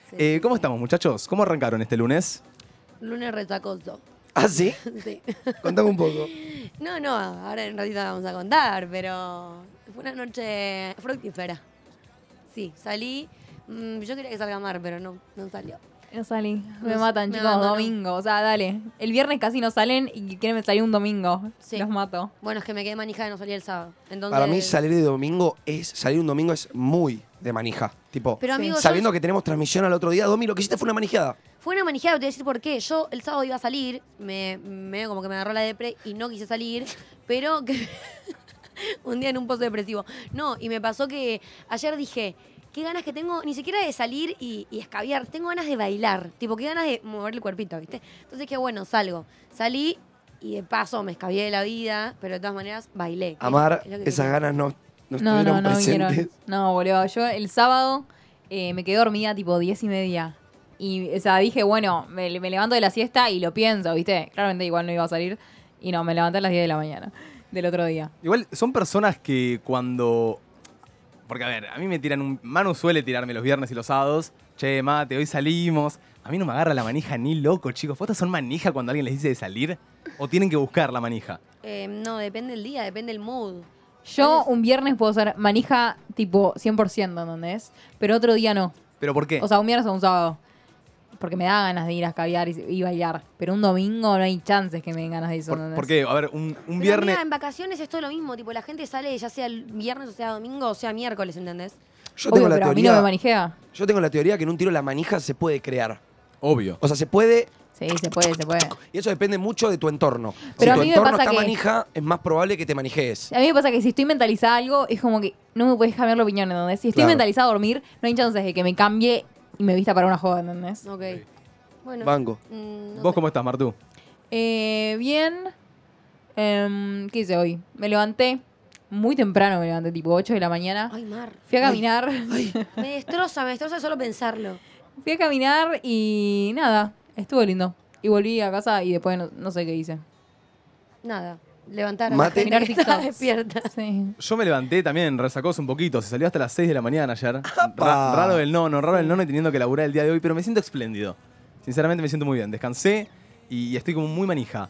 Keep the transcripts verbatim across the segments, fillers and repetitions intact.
Sí, Eh, sí, ¿Cómo sí. estamos, muchachos? ¿Cómo arrancaron este lunes? Lunes resacoso. ¿Ah, sí? Sí. Contame un poco. No, no, ahora en ratito vamos a contar, pero fue una noche fructífera. Sí, salí. mm, yo quería que salga Mar, pero no, no salió. No salí. Me No, matan, me chicos. abandonó. Domingo. O sea, dale. El viernes casi no salen y quieren salir un domingo. Sí. Los mato. Bueno, es que me quedé manija y no salí el sábado. Entonces, Para mí salir de domingo es salir un domingo es muy de manija. Tipo, Pero Sí. amigo, yo- sabiendo que tenemos transmisión al otro día, Domi, lo que hiciste fue una manijada. fue una manijada, te voy a decir por qué. Yo el sábado iba a salir, me, me como que me agarró la depre y no quise salir, pero que un día en un pozo depresivo. No, y me pasó que ayer dije, qué ganas que tengo, ni siquiera de salir y, y escabiar, tengo ganas de bailar, tipo, qué ganas de mover el cuerpito, ¿viste? Entonces que bueno, salgo. Salí y de paso me escabié de la vida, pero de todas maneras bailé. que Amar, es lo que esas quería. ganas no, no No, estuvieron no, no presentes. vinieron. No, boludo. Yo el sábado eh, me quedé dormida tipo diez y media. Y, o sea, dije, bueno, me, me levanto de la siesta y lo pienso, ¿viste? Claramente igual no iba a salir. Y no, me levanté a las diez de la mañana del otro día. Igual son personas que cuando... Porque, a ver, a mí me tiran un... Manu suele tirarme los viernes y los sábados. Che, mate, hoy salimos. A mí no me agarra la manija ni loco, chicos. ¿Potas son manija cuando alguien les dice de salir? ¿O tienen que buscar la manija? Eh, no, depende del día, depende del mood. Yo ¿Cuál un viernes puedo ser manija tipo cien por ciento, ¿entendés? Pero otro día no. ¿Pero por qué? O sea, un viernes o un sábado. Porque me da ganas de ir a escabiar y, y bailar. Pero un domingo no hay chances que me den ganas de eso, ¿Por, ¿entendés? por qué? A ver, un, un Pero, viernes... amiga, en vacaciones es todo lo mismo, tipo, la gente sale ya sea el viernes o sea domingo o sea miércoles, ¿entendés? Yo Obvio, tengo la pero a mí teoría. no me manijea. Yo tengo la teoría que en un tiro la manija se puede crear. Obvio. O sea, se puede. Sí, se puede, se puede. Y eso depende mucho de tu entorno. Pero a si tu mí me entorno pasa está que- manija, es más probable que te manijees. A mí me pasa que si estoy mentalizada a algo, es como que no me puedes cambiar la opinión, ¿entendés? Si estoy Claro. mentalizada a dormir, no hay chances de que me cambie y me vista para una joda, ¿entendés? Ok. Bueno. Banco. mm, no ¿Vos sé. cómo estás, Martú? Eh, bien. Em, ¿Qué hice hoy? Me levanté muy temprano, me levanté tipo ocho de la mañana. Ay, Mar. Fui a caminar. Me destroza, me destroza solo pensarlo. Fui a caminar y nada, estuvo lindo. Y volví a casa y después no, no sé qué hice. Nada. Levantar a Mate. la gente Mirar que está TikToks. despierta. Sí. Yo me levanté también, resacoso un poquito. Se salió hasta las seis de la mañana ayer. Ra- raro el nono, raro el nono y teniendo que laburar el día de hoy, pero me siento espléndido. Sinceramente me siento muy bien. Descansé y estoy como muy manija.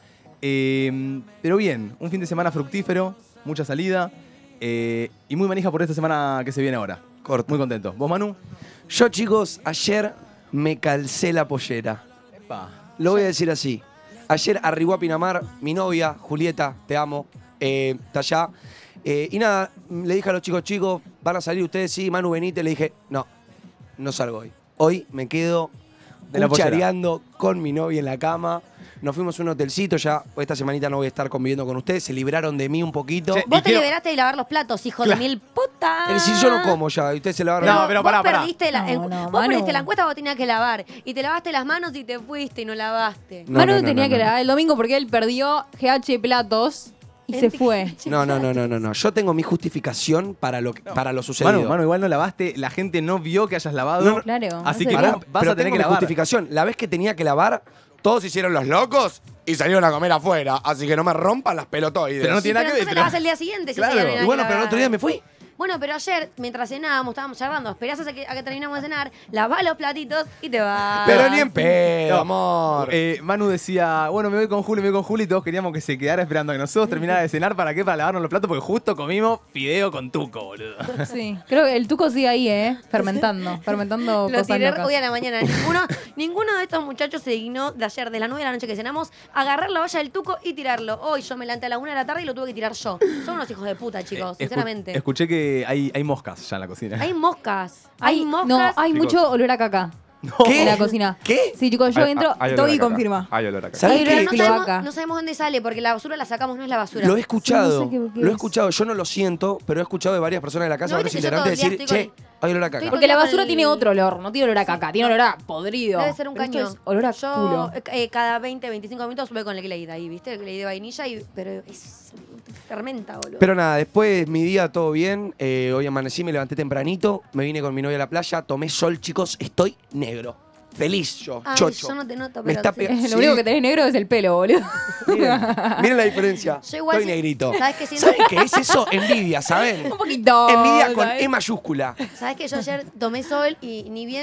Eh, pero bien, un fin de semana fructífero, mucha salida eh, y muy manija por esta semana que se viene ahora. Corto. Muy contento. ¿Vos, Manu? Yo, chicos, ayer me calcé la pollera. Epa. Lo voy a decir así. Ayer arribó a Pinamar mi novia, Julieta, te amo, eh, está allá. Eh, y nada, le dije a los chicos, chicos, ¿van a salir ustedes? Sí, Manu, venite. Le dije, no, no salgo hoy. Hoy me quedo De la pollera. cuchareando con mi novia en la cama. Nos fuimos a un hotelcito, ya esta semanita no voy a estar conviviendo con ustedes. Se libraron de mí un poquito. Che, Vos Y te quiero- liberaste de lavar los platos, hijo Claro. de mil puta. Es decir, yo no como ya, y ustedes se lavaron. No, pero vos pará, pará. perdiste la, No, en- no, vos Manu. perdiste la encuesta, vos tenías que lavar. Y te lavaste las manos y te fuiste y no lavaste. No, Manu no, no, tenía no, que no. lavar el domingo porque él perdió G H platos y se fue. No, no, no, no, no, no. Yo tengo mi justificación para lo, que- para lo sucedido. Manu, Manu, igual no lavaste. La gente no vio que hayas lavado. No, no. Claro. Así no que sé. Pará, vos vas pero a tener tengo que mi lavar. justificación. La vez que tenía que lavar, todos hicieron los locos y salieron a comer afuera. Así que no me rompan las pelotoides. Pero no Sí, tiene nada pero que ver. entonces pero- lavas el día siguiente. Si Claro. ese día no hay Y bueno, nada pero que el otro día lavar. me fui. Bueno, pero ayer, mientras cenábamos, estábamos charlando, esperás a que, a que terminamos de cenar, lavás los platitos y te vas. Pero ni en pedo, No. amor. Eh, Manu decía, bueno, me voy con Juli, me voy con Juli, y todos queríamos que se quedara esperando a que nosotros terminara de cenar. ¿Para qué? Para lavarnos los platos, porque justo comimos fideo con tuco, boludo. Sí. Creo que el tuco sigue ahí, ¿eh? Fermentando. Fermentando Lo cosas tiré locas. hoy a la mañana. Ninguno, ninguno de estos muchachos se dignó de ayer, de las nueve de la noche que cenamos, agarrar la valla del tuco y tirarlo. Hoy yo me levanté a la una de la tarde y lo tuve que tirar yo. Son unos hijos de puta, chicos, Eh, escu- sinceramente. escuché que hay, hay moscas ya en la cocina. Hay moscas. Hay, Hay, moscas. no, hay Chicos. mucho olor a caca ¿Qué? en la cocina. ¿Qué? Sí, chicos, yo Hay- entro, hay olor a Toby caca. confirma. Hay olor a caca. ¿Sabes Hay Pero olor no a sabemos, cloaca. no sabemos dónde sale, porque la basura la sacamos, no es la basura. Lo he escuchado. Sí, no sé qué- qué lo he es. escuchado. Yo no lo siento, pero he escuchado de varias personas de la casa, ¿No varios viste que yo integrantes todo el decir, día che, estoy hay olor a caca. estoy Porque la con basura el- tiene otro olor, no tiene olor a caca, tiene olor a podrido. Debe ser un Pero esto caño. es olor a Yo culo. eh, cada veinte, veinticinco minutos voy con el Glade ahí, ¿viste? El Glade de vainilla, y, pero es fermenta, boludo. Pero nada, después mi día todo bien. Eh, hoy amanecí, me levanté tempranito, me vine con mi novia a la playa, tomé sol, chicos, estoy negro. Feliz yo, Ay, chocho. yo no te noto, Me pero está sí. pegando. Lo único que tenés negro es el pelo, boludo. Miren, miren la diferencia. Yo igual Estoy sí- negrito. ¿Sabes qué siento? ¿Saben qué es eso? Envidia, ¿saben? Un poquito. Envidia con ¿sabes? E mayúscula. ¿Sabes que yo ayer tomé sol y ni bien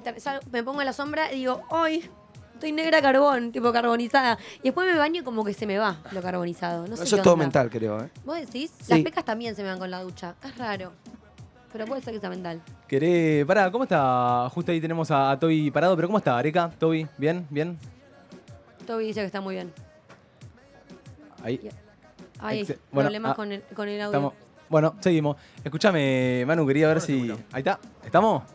te- sal- me pongo en la sombra y digo, ¡ay! Estoy negra carbón, tipo carbonizada. Y después me baño y como que se me va lo carbonizado. No sé Eso qué es todo onda. mental, creo, ¿eh? ¿Vos decís? Sí. Las pecas también se me van con la ducha. Es raro. Pero puede ser que sea mental. ¿Querés? Pará, ¿cómo está? Justo ahí tenemos a, a Toby parado, pero ¿cómo está, Areca? ¿Toby? ¿Bien? ¿Bien? Toby dice que está muy bien. Ahí. Hay Exe- bueno, problemas ah, con, el, con el audio. Estamos. Bueno, seguimos. Escúchame, Manu, quería ver si. Ahí está. ¿Estamos?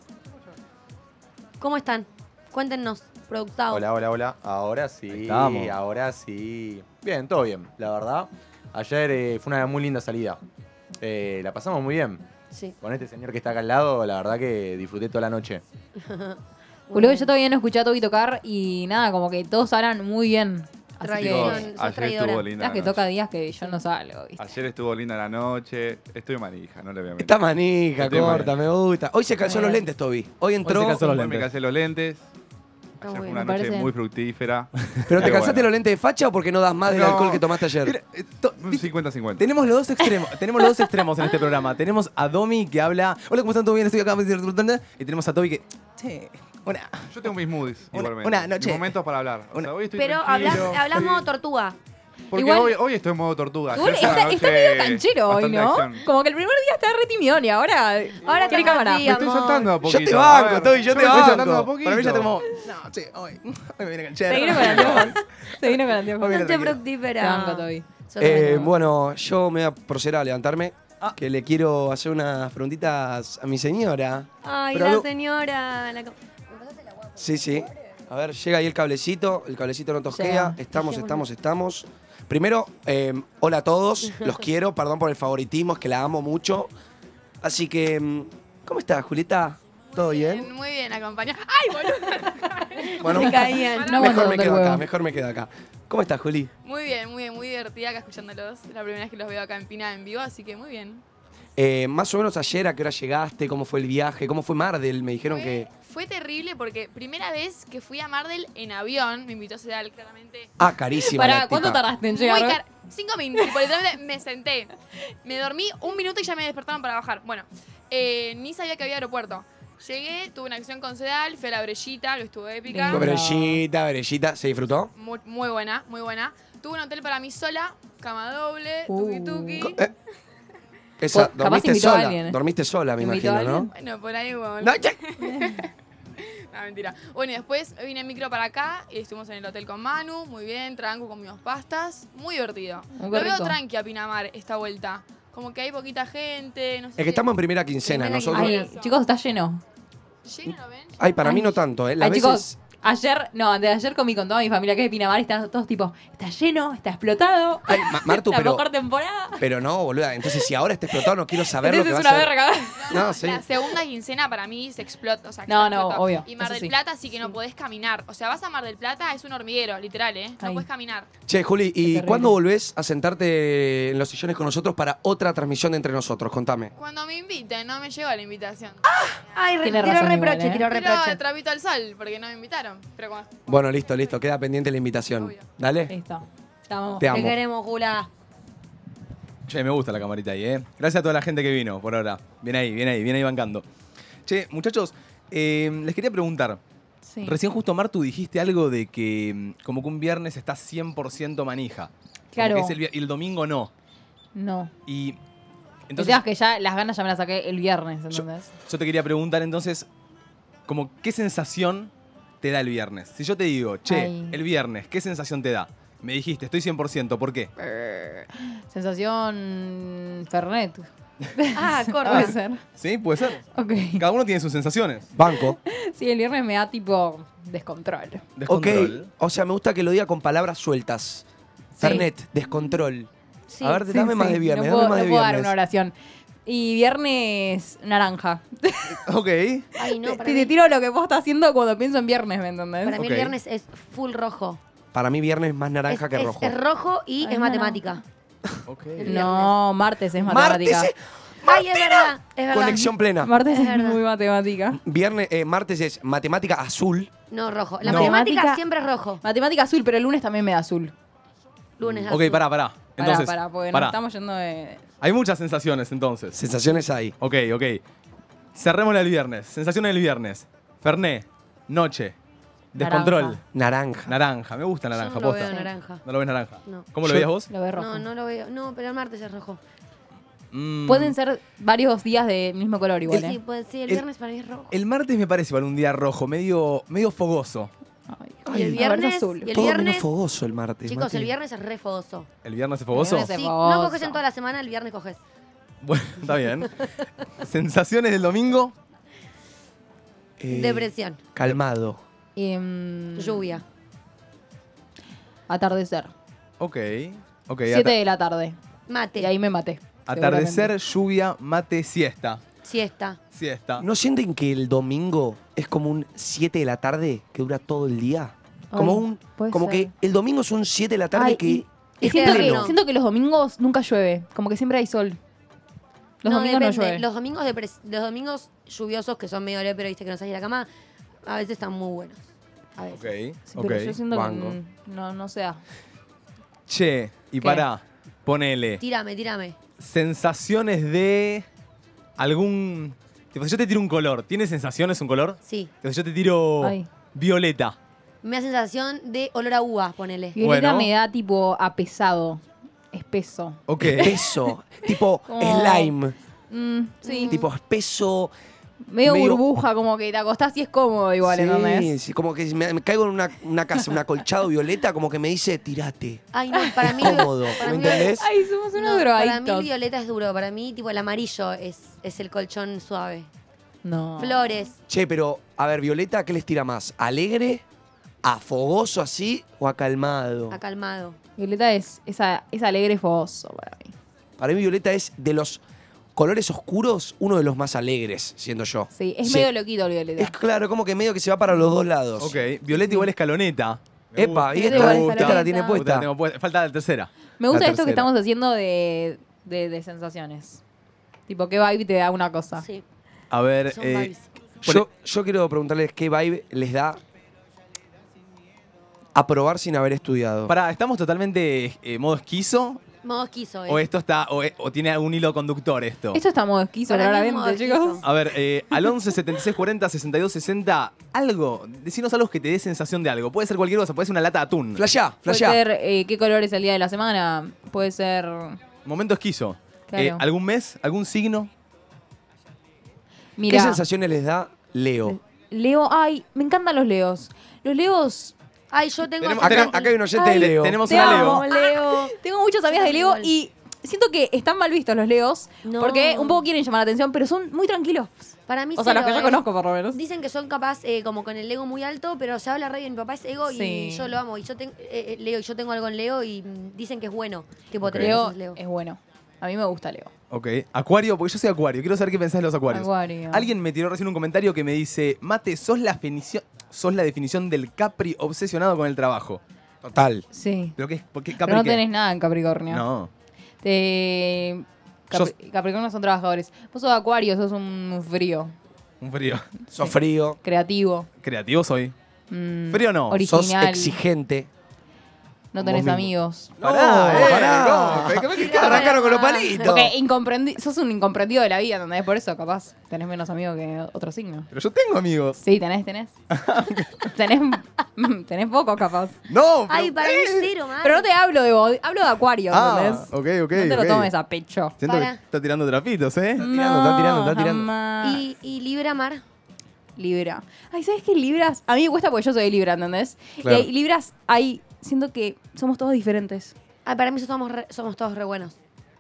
¿Cómo están? Cuéntenos, productado. Hola, hola, hola. Ahora Ahí sí, estamos. ahora sí. Bien, todo bien, la verdad. Ayer eh, fue una muy linda salida. Eh, la pasamos muy bien. Sí. Con este señor que está acá al lado, la verdad que disfruté toda la noche. Boludo, yo todavía no escuché a Toby tocar y nada, como que todos hablan muy bien. Así Traición, que, sos ayer traidora. estuvo linda. mirá que la toca noche. días que yo no salgo, ¿viste? Ayer estuvo linda la noche. Estoy manija, no le voy a mentir. Está manija, Estoy corta, me gusta. Hoy se calzó Muy los bien. lentes, Toby. Hoy entró. Hoy se calzó los Hoy lentes. me casé los lentes. Está Ayer muy fue bien. una Me noche parece- muy fructífera. ¿Pero te Qué calzaste bueno. los lentes de facha o porque no das más del No. alcohol que tomaste ayer? Mira, eh, to- Un cincuenta cincuenta. Tenemos los dos extremos, tenemos los dos extremos en este programa. Tenemos a Domi que habla, hola, ¿cómo están? ¿Todo bien? Estoy acá. Y tenemos a Toby que, che, una, Yo tengo mis moods, Una- igualmente. una noche. Mis momentos para hablar. O Una- sea, hoy estoy Pero tranquilo, hablas, hablas estoy- modo tortuga. Porque Igual- hoy, hoy estoy en modo tortuga. Igual Ayer fue una está, está noche medio canchero hoy, bastante ¿no? acción. Como que el primer día estaba re timidón y ahora. Ahora quiere te cámara. confía. Me estoy amor. soltando a poquito. te banco, a ver. Toby, yo te me estoy banco. soltando a poquito. para mí ya te como, no, che, hoy, hoy me viene canchero. Se vino con anteojos. Se vino con anteojos. Mira, Noche tranquilo. fructífera. Te banco, Toby. Sos Eh, bueno. bueno, yo me voy a proceder a levantarme. Ah. Que le quiero hacer unas preguntitas a mi señora. Ay, Pero la no- señora. La... co- Sí, sí. A ver, llega ahí el cablecito. El cablecito no tosquea. Llega. Estamos, estamos, estamos. Primero, eh, hola a todos. Los quiero. Perdón por el favoritismo, es que la amo mucho. Así que, mm, ¿cómo estás, Julieta? ¿Todo bien? Muy bien, acompañado. ¡Ay, boludo! Bueno, Se caían. No mejor aguanto me el quedo huevo. acá, mejor me quedo acá. ¿Cómo estás, Juli? Muy bien, muy bien, muy divertida acá escuchándolos. Es la primera vez que los veo acá en Pina en vivo, así que muy bien. Eh, más o menos ayer, ¿a qué hora llegaste? ¿Cómo fue el viaje? ¿Cómo fue Mardel? Me dijeron Fue, que... fue terrible porque primera vez que fui a Mardel en avión, me invitó a Sedal, claramente. Ah, carísima Pará, la ¿cuánto tipa. tardaste en Muy llegar? car- Cinco minutos, tipo, literalmente me senté. Me dormí un minuto y ya me despertaron para bajar. Bueno, eh, ni sabía que había aeropuerto. Llegué, tuve una acción con Sedal, fui a la Brellita, que estuvo épica. Lindo. Brellita, Brellita. ¿Se disfrutó? Muy, muy buena, muy buena. Tuve un hotel para mí sola, cama doble, tuki Uh. tuki. Eh, Esa, Capaz dormiste invitó a sola. alguien, ¿eh? Dormiste sola, me ¿Invitó a imagino, ¿no? Bueno, por ahí hubo. No, che. No, mentira. Bueno, y después vine en micro para acá y estuvimos en el hotel con Manu, muy bien, tranco, comimos pastas, muy divertido. Muy Lo veo rico. tranqui a Pinamar esta vuelta. Como que hay poquita gente, no sé Es que si- estamos en primera quincena. Primera Nosotros... quincena. Ay, chicos, está lleno. ¿Lleno, lo ven? Ay, para mí Ay. no tanto, ¿eh? Las Ay, veces... chicos, ayer, no, antes de ayer comí con toda mi familia que es de Pinamar y estaban todos tipo, está lleno, está explotado. Ay, Ma- Martu, la pero... mejor temporada. Pero no, boluda. Entonces, si ahora está explotado, no quiero saber lo que Entonces va es a una ser. verga. No, sí. La segunda quincena para mí se explota. O sea, que No, se no, explota. obvio, Y Mar eso del sí. Plata sí que no podés caminar. O sea, vas a Mar del Plata, es un hormiguero, literal, ¿eh? No Ay. podés caminar. Che, Juli, ¿y terrible. cuándo volvés a sentarte en los sillones con nosotros para otra transmisión de Entre Nosotros? Contame. Cuando me inviten, no me llegó la invitación. Ay, re- Tiene tiro razón reproche, igual, ¿eh? tiro Pero reproche. trapito al sol, porque no me invitaron. Pero cuando... Bueno, listo, listo. Queda pendiente la invitación. Obvio. Dale. Listo. Te amamos. Te Te amo. queremos, Jula. Che, me gusta la camarita ahí, ¿eh? Gracias a toda la gente que vino por ahora. Bien ahí, bien ahí, bien ahí bancando. Che, muchachos, eh, les quería preguntar. Sí. Recién justo, Martu, dijiste algo de que mm, como que un viernes está cien por ciento manija. Como Claro. que es el, vi- y el domingo no. No. Y El entonces tema es que ya las ganas ya me las saqué el viernes, ¿entendés? yo te quería preguntar entonces, como qué sensación te da el viernes. Si yo te digo, che, Ay. el viernes, ¿qué sensación te da? Me dijiste, estoy cien por ciento, ¿por qué? Sensación Fernet. Ah, Puede corre. ser. ¿Sí? ¿Puede ser? Ok. Cada uno tiene sus sensaciones. Banco. Sí, el viernes me da tipo descontrol. Ok. Descontrol. O sea, me gusta que lo diga con palabras sueltas. Sí. Fernet, descontrol. Sí. A ver, Sí, dame más sí. de viernes, No dame puedo, más no de puedo dar viernes. una oración. Y viernes naranja. Ok. Ay, no, te, para te mí, tiro lo que vos estás haciendo cuando pienso en viernes, ¿me entendés? para mí Ok. el viernes es full rojo. Para mí viernes es más naranja es, que es- rojo. Es rojo y Ay, es no. matemática. Ok. No, martes es Martes, matemática. eh, Ay, es verdad, es verdad. conexión plena. Martes Es es, verdad. muy matemática. Viernes, eh, martes es matemática azul. No, rojo. La No. matemática Matemática- siempre es rojo. Matemática azul, pero el lunes también me da azul. Lunes Ok, azul. pará, pará. Entonces, Pará, pará, porque pará. nos estamos yendo de... Hay muchas sensaciones entonces. Sensaciones ahí. Ok, ok. Cerremos el viernes. Sensaciones del viernes. Ferné, Noche. Descontrol. Naranja. Naranja. Naranja. Me gusta naranja, Yo no lo posta. veo naranja. ¿No lo ves naranja? No. ¿Cómo lo Yo- veías vos? Lo ves rojo. No, no lo veo. No, pero el martes es rojo. Mm, Pueden ser varios días del mismo color igual, Sí, ¿eh? pues sí, el El- viernes para mí es rojo. El martes me parece para un día rojo, medio, medio fogoso. Ay, Y el a ver, viernes, azul. y el Todo menos viernes, fogoso el martes. chicos, Mati. el viernes es re fogoso. ¿El viernes es fogoso? viernes es- Sí, fogoso. no coges en toda la semana, el viernes coges. Bueno, está bien. ¿Sensaciones del domingo? Eh, Depresión, Calmado. Em, lluvia. Atardecer. Ok. Ok. Siete ata- de la tarde. Mate, Y ahí me maté. atardecer, seguramente. lluvia, mate, siesta. siesta. Siesta. ¿No sienten que el domingo es como un siete de la tarde que dura todo el día? Como Ay, un puede como ser. que el domingo es un siete de la tarde Ay, que y- y es siento, que, pleno. siento que los domingos nunca llueve. Como que siempre hay sol. Los no, domingos no depende. llueve. Los domingos, depres- los domingos lluviosos, que son medio pero viste que no salís de la cama, a veces están muy buenos. A veces. Ok. Sí, ok. pero yo siento banco. que mm, no, no sea. Che, y ¿Qué? pará. Ponele. Tírame, tírame. Sensaciones de algún. Tipo, si yo te tiro un color, ¿tiene sensaciones un color? Sí. Tipo, si yo te tiro Ay. violeta. Me da sensación de olor a uva, ponele. Violeta Bueno. me da tipo a pesado. Espeso. Ok. Espeso, tipo Como- slime, Mm, sí. tipo espeso. medio, medio- burbuja, como que te acostás y es cómodo igual, sí, ¿entendés? sí, como que me, me caigo en una, una casa, un acolchado violeta, como que me dice, tirate. Ay, no, para mí. Cómodo, para ¿me mí- entendés? Ay, somos unos No, para mí drogadictos. violeta es duro. Para mí, tipo, el amarillo es, es el colchón suave. No. Flores. Che, pero, a ver, Violeta, ¿qué les tira más? ¿Alegre? ¿A fogoso así? ¿O a calmado? Acalmado. Violeta es, es, a- es alegre y fogoso para mí. Para mí Violeta es de los colores oscuros, uno de los más alegres, siendo yo. Sí, es Sí. medio loquito el Violeta. Es claro, como que medio que se va para los dos lados. Ok. Violeta igual escaloneta. Me Epa, y gusta. esta, igual esta escaloneta. la tiene Me gusta, puesta. tengo puesta. Falta la tercera. Me gusta La esto que tercera. estamos haciendo de, de, de sensaciones. Tipo, ¿qué vibe te da una cosa? Sí. A ver. Son eh, vibes. Yo, yo quiero preguntarles qué vibe les da aprobar sin haber estudiado. Pará, ¿estamos totalmente eh, modo esquizo? Modo esquizo, eh. ¿O esto está. O, eh, o tiene algún hilo conductor esto? Esto está modo esquizo, Para mí es claramente, modo chicos. esquizo. A ver, eh, al once setenta y seis cuarenta sesenta y dos sesenta, algo, decinos algo que te dé sensación de algo. Puede ser cualquier cosa, puede ser una lata de atún. Flashá, Puede flashá. ser eh, qué color es el día de la semana. Puede ser. Momento esquizo. Claro. Eh, ¿Algún mes? ¿Algún signo? ¿Qué Mira, sensaciones les da Leo? Leo. Ay, me encantan los Leos. Los Leos. Ay, yo tengo Tenemos- así- Acá, acá hay un oyente Ay, de Leo. tenemos- Te una amo, Leo. Leo. Tengo muchas amigas de Leo Igual. y siento que están mal vistos los Leos. No. Porque un poco quieren llamar la atención, pero son muy tranquilos. Para mí O sea, los cero, que yo eh. conozco, por lo menos. Dicen que son capaz eh, como con el ego muy alto, pero se habla re bien. Mi papá es ego Sí. y yo lo amo. Y yo tengo eh, eh, Leo, y yo tengo algo en Leo y mm, dicen que es bueno. Tipo, Ok. tener Leo cosas Leo. es bueno. A mí me gusta Leo. Ok. Acuario, porque yo soy acuario. Quiero saber qué pensás de los acuarios. Acuario. Alguien me tiró recién un comentario que me dice, Mate, sos la, fenicio- sos la definición del Capri obsesionado con el trabajo. Total. Sí. ¿Pero qué? ¿Por qué Pero Capri no qué? tenés nada en Capricornio. No. Te... Capri- Capricornio son trabajadores. Vos sos Acuario, sos un frío. Un frío. Sos frío, Creativo. Creativo soy. mm, Frío no. sos Original. exigente. No tenés Vos mismo. amigos. Pará, No, eh, pará. ¿cómo? ¿Qué- qué- ¿Qué arrancaron con los palitos? Porque incomprendi- sos un incomprendido de la vida, ¿entendés? Por eso, capaz, tenés menos amigos que otro signo. Pero yo tengo amigos. Sí, tenés, tenés. tenés, mm, tenés pocos, capaz. No, pero... Ay, para mí cero, man. Pero no te hablo de vos, hablo de Acuario, Ah, ¿entendés? ok, ok. No te lo ok. tomes a pecho. Siento Para. que está tirando trapitos, ¿eh? tirando, está tirando, está tirando. jamás. Y, y Libra Mar. Libra. Ay, ¿sabes qué? Libras. A mí me cuesta porque yo soy Libra, ¿entendés? Claro. Y hay Libras, hay. Siento que somos todos diferentes. Ay, para mí somos, re- somos todos re buenos.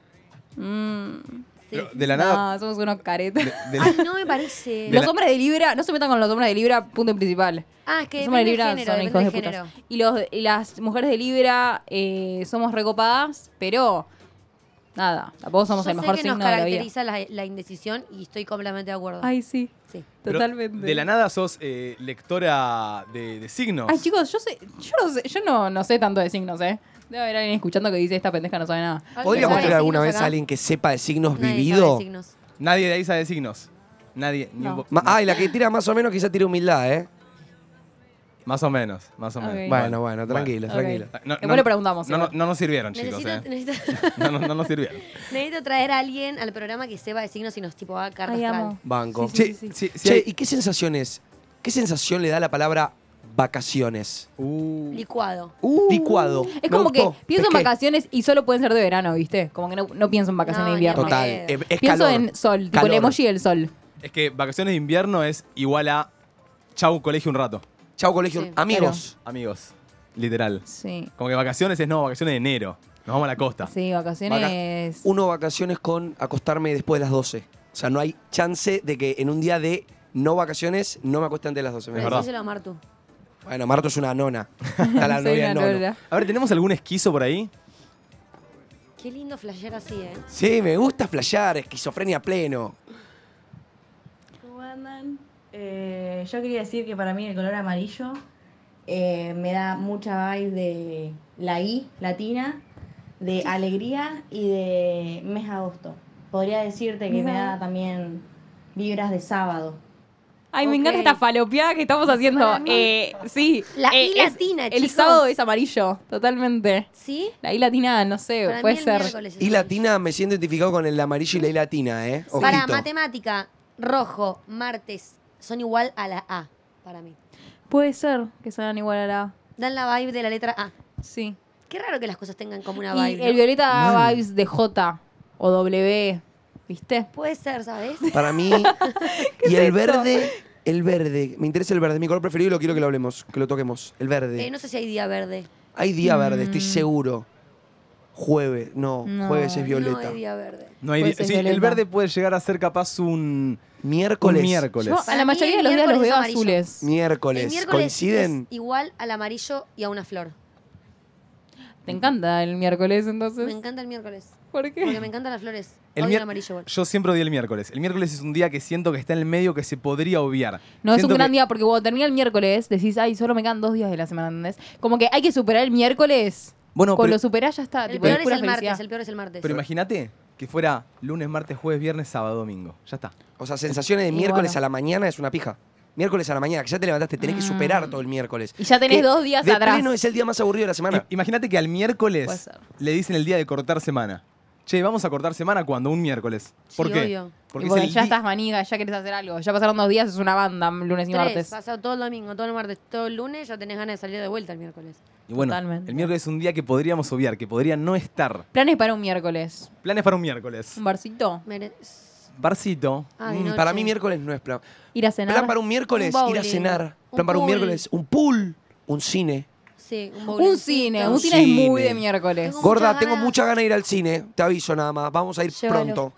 Mm. Sí. Pero de la nada... No, somos unos caretas. de- de la- Ay, no me parece. De Los la- hombres de Libra, no se metan con los hombres de Libra, punto principal. Ah, es que Los hombres de depende Libra del género, son depende hijos de del putas. género. Y, los, y las mujeres de Libra eh, somos recopadas, pero nada, tampoco somos Yo el sé mejor que signo nos de la vida. caracteriza la, la indecisión y estoy completamente de acuerdo. Ay, sí, Sí. pero totalmente. De la nada sos eh, lectora de, de signos. Ay, chicos, yo sé, yo no sé, yo no, no sé tanto de signos, ¿eh? Debe haber alguien escuchando que dice esta pendeja no sabe nada. ¿Alguien ¿Podríamos sabe de tener alguna signos vez acá? a alguien que sepa de signos Nadie sabe de vivido? signos. Nadie de ahí sabe de signos. Nadie. ni No. un po- Ma- Ay, la que tira más o menos quizá tira humildad, ¿eh? Más o menos, más o Ok. menos. Bueno, bueno, tranquilo, Ok. tranquilo. No, Después le preguntamos, No, no, igual. no nos sirvieron, chicos. Necesito, eh. necesito, No, no, no nos sirvieron. necesito traer a alguien al programa que sepa de signos y nos tipo haga cartas Ay, astral. amo. Banco. Sí, Sí, sí, sí, sí, Che, hay- ¿y qué sensaciones ¿Qué sensación le da la palabra vacaciones? Uh, Licuado. Licuado. Es Me como gustó. que pienso en Pesqué. vacaciones y solo pueden ser de verano, ¿viste? Como que no, no pienso en vacaciones No, de ni invierno. Total. Eh, Es, es Pienso calor. en sol, tipo Calor. el emoji del sol. es que vacaciones de invierno es igual a chau colegio un rato. Chau, colegio. Sí, Amigos. Amigos, literal. Sí. Como que vacaciones es no, vacaciones de enero. Nos vamos a la costa. Sí, vacaciones. Uno vacaciones con acostarme después de las doce. O sea, no hay chance de que en un día de no vacaciones no me acueste antes de las doce. Pero verdad. decíselo a Martu. Bueno, Marto es una nona. Está la Soy novia una nono. lola. A ver, ¿tenemos algún esquizo por ahí? Qué lindo flashear así, ¿eh? Sí, me gusta flashear, esquizofrenia pleno. ¿Cómo andan? Eh, yo quería decir que para mí el color amarillo eh, me da mucha vibe de la I latina, de alegría y de mes de agosto. Podría decirte que me da también vibras de sábado. Ay, me Ok. encanta esta falopeada que estamos haciendo. Para mí- Eh, sí. La Eh, I es- latina, El chicos. sábado es amarillo, totalmente. ¿Sí? La I latina, no sé, Para puede mí el ser. miércoles es Y amarillo. latina, me siento identificado con el amarillo y la I latina, ¿eh? Ojito. Para matemática, rojo, martes, son igual a la A, para mí. Puede ser que sean igual a la A. Dan la vibe de la letra A. Sí. Qué raro que las cosas tengan como una Y vibe, el ¿no? violeta da Mal. vibes de J o W, ¿viste? Puede ser, ¿sabes? Para mí. y el verde, el verde. Me interesa el verde. Mi color preferido y lo quiero que lo hablemos, que lo toquemos. El verde. Eh, no sé si hay día verde. Hay día verde, Mm. estoy seguro. Jueves, no, No. jueves es No violeta. hay día verde. No hay Puede di- ser sí, el violeta. verde puede llegar a ser capaz un, Miércoles. un miércoles. Yo a Para la mí mayoría de el los días los miércoles veo es amarillo. azules. Miércoles. El miércoles ¿Coinciden? es igual al amarillo y a una flor. ¿Te encanta el miércoles entonces? Me encanta el miércoles. ¿Por Porque qué? me encantan las flores. El Odio mier- el amarillo igual. Yo siempre odié el miércoles. El miércoles es un día que siento que está en el medio que se podría obviar. No, es Siento un gran que- día porque cuando termina el miércoles decís, ay, solo me quedan dos días de la semana, ¿entendés? Como que hay que superar el miércoles. Bueno, Con pero, lo superás ya está. El tipo, peor es pura el felicidad. martes, el peor es el martes. pero imagínate que fuera lunes, martes, jueves, viernes, sábado, domingo. Ya está. O sea, sensaciones de Y miércoles bueno. a la mañana es una pija. Miércoles a la mañana, que ya te levantaste, tenés que Mm. superar todo el miércoles. Y ya tenés Que dos días de atrás. pleno es el día más aburrido de la semana. I- Imagínate que al Puede miércoles ser. le dicen el día de cortar semana. Che, vamos a cortar semana cuando un miércoles. ¿Por Sí, qué? obvio. Porque Y es porque el ya di- estás maniga, ya querés hacer algo. Ya pasaron dos días, es una banda, lunes y Tres, martes. pasado todo el domingo, todo el martes, todo el lunes, ya tenés ganas de salir de vuelta el miércoles. Y bueno, Totalmente. el miércoles es un día que podríamos obviar, que podría no estar. Planes para un miércoles. Planes para un miércoles. Un barcito. Mere- Barcito. Ah, de Mm, noche. para mí miércoles no es plan. Ir a cenar. Plan para un miércoles, Un ir a bowling, cenar. un Plan para un pool. miércoles, un pool, un cine. Sí, un Un bowlingcito. cine. Un Un cine es muy cine. de miércoles. Tengo Gorda, muchas tengo ganas. mucha ganas de ir al cine. Te aviso nada más. Vamos a ir Llévalo. pronto.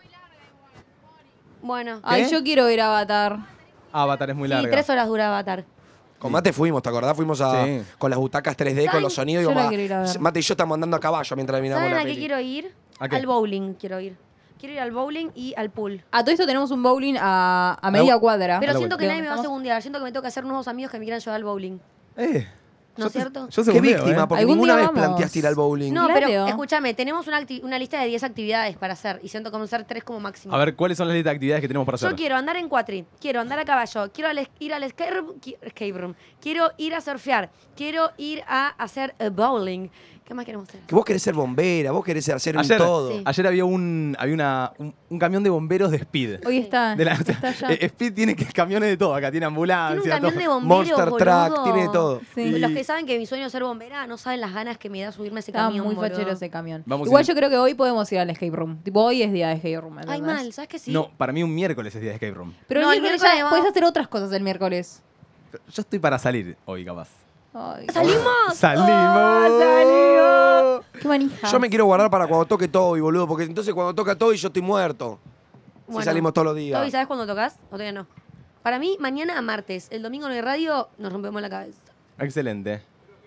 Bueno, Ay, ¿Qué? yo quiero ir a Avatar. Avatar es muy sí, larga. tres horas dura Avatar. Con Mate fuimos, ¿te acordás? Fuimos a, Sí. con las butacas tres D, con ¿Saben? los sonidos. y Yo la vamos a- quiero ir a ver. Mate y yo estamos andando a caballo mientras miramos ¿Saben la a qué peli. quiero ir? ¿A qué? Al bowling quiero ir. Quiero ir al bowling y al pool. A todo esto tenemos un bowling a, a media cuadra. Pero la siento que vuelta. nadie me va a ¿Estamos? segundear. Siento que me tengo que hacer nuevos amigos que me quieran llevar al bowling. Eh, ¿No yo es te- cierto? Yo Qué segundeo, víctima, eh. porque Algún ninguna día vez vamos. planteaste ir al bowling. No, Claro. pero escúchame, tenemos una, acti- una lista de diez actividades para hacer y siento como hacer tres como máximo. A ver, ¿cuáles son las listas de actividades que tenemos para hacer? Yo quiero andar en cuatri, quiero andar a caballo, quiero al- ir al escape room, qui- escape room, quiero ir a surfear, quiero ir a hacer eh, bowling. ¿Qué más queremos hacer? Que vos querés ser bombera, vos querés hacer un Ayer, todo. Sí. ayer había un había una, un, un camión de bomberos de Speed. Hoy está. De la- está ya. eh, Speed tiene que- camiones de todo acá, tiene ambulancia, Tiene un camión todo. de bomberos, Monster boludo. Truck, tiene de todo. Sí. Los que saben que mi sueño es ser bombera no saben las ganas que me da subirme a ese Está camión. muy boludo. fachero ese camión. Vamos a Igual ir- yo creo que hoy podemos ir al escape room. Tipo, hoy es día de escape room. Ay, ¿entendés? mal, ¿sabes que sí? No, para mí un miércoles es día de escape room. Pero No, el el miércoles miércoles ya vamos- puedes hacer otras cosas el miércoles. Yo estoy para salir hoy, capaz. Ay, ¿Salimos? ¡Salimos! ¡Salimos! ¡Qué manija! Yo me quiero guardar para cuando toque Toby, boludo, porque entonces cuando toca Toby yo estoy muerto. Bueno, si salimos todos los días. Toby, ¿sabes cuándo tocas? O todavía no. Para mí, mañana a martes. El domingo no hay radio, nos rompemos la cabeza. Excelente.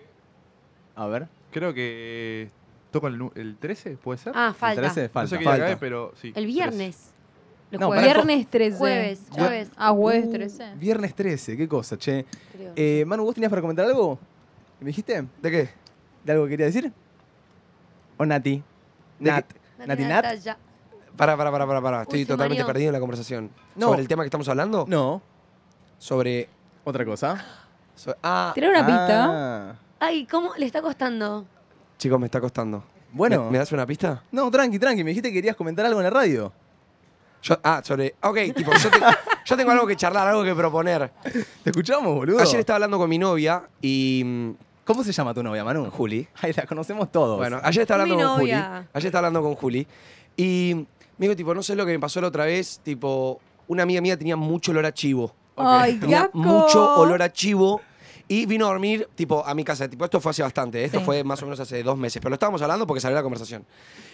A ver. Creo que toco el, nu- el trece, ¿puede ser? Ah, ¿El falta. trece? no Falta. sé qué día falta. cae, pero sí. El viernes. Los No, jueves. pará, Viernes trece. Jueves, jueves. Ah, jueves Uh, trece. Viernes trece, qué cosa, che. creo. Eh, Manu, ¿vos tenías para comentar algo? ¿Me dijiste? ¿De qué? ¿De algo que querías decir? ¿O Nati? ¿De Nat. qué? ¿Nati Nat? Natalia. Pará, pará, pará, pará, pará. Estoy Uy, se totalmente mareó. perdido en la conversación. No. ¿Sobre el tema que estamos hablando? No. Sobre... Otra cosa. so- ah, Tirar una pista. Ah. Ay, ¿cómo le está costando? chicos, me está costando. Bueno. ¿Me, me das una pista? No, tranqui, tranqui. Me dijiste que querías comentar algo en la radio. Yo, ah, sobre... Ok, tipo, yo te... Yo tengo algo que charlar, algo que proponer. ¿Te escuchamos, boludo? Ayer estaba hablando con mi novia y... ¿Cómo se llama tu novia, Manu? Juli. Ay, la conocemos todos. Bueno, ayer estaba hablando Mi con Juli. novia. Ayer estaba hablando con Juli. Y me dijo, tipo, no sé lo que me pasó la otra vez. Tipo, una amiga mía tenía mucho olor a chivo. Ay, qué Tenía asco. mucho olor a chivo. Y vino a dormir, tipo, a mi casa. Tipo, esto fue hace bastante. ¿eh? Esto Sí. fue más o menos hace dos meses. Pero lo estábamos hablando porque salió la conversación.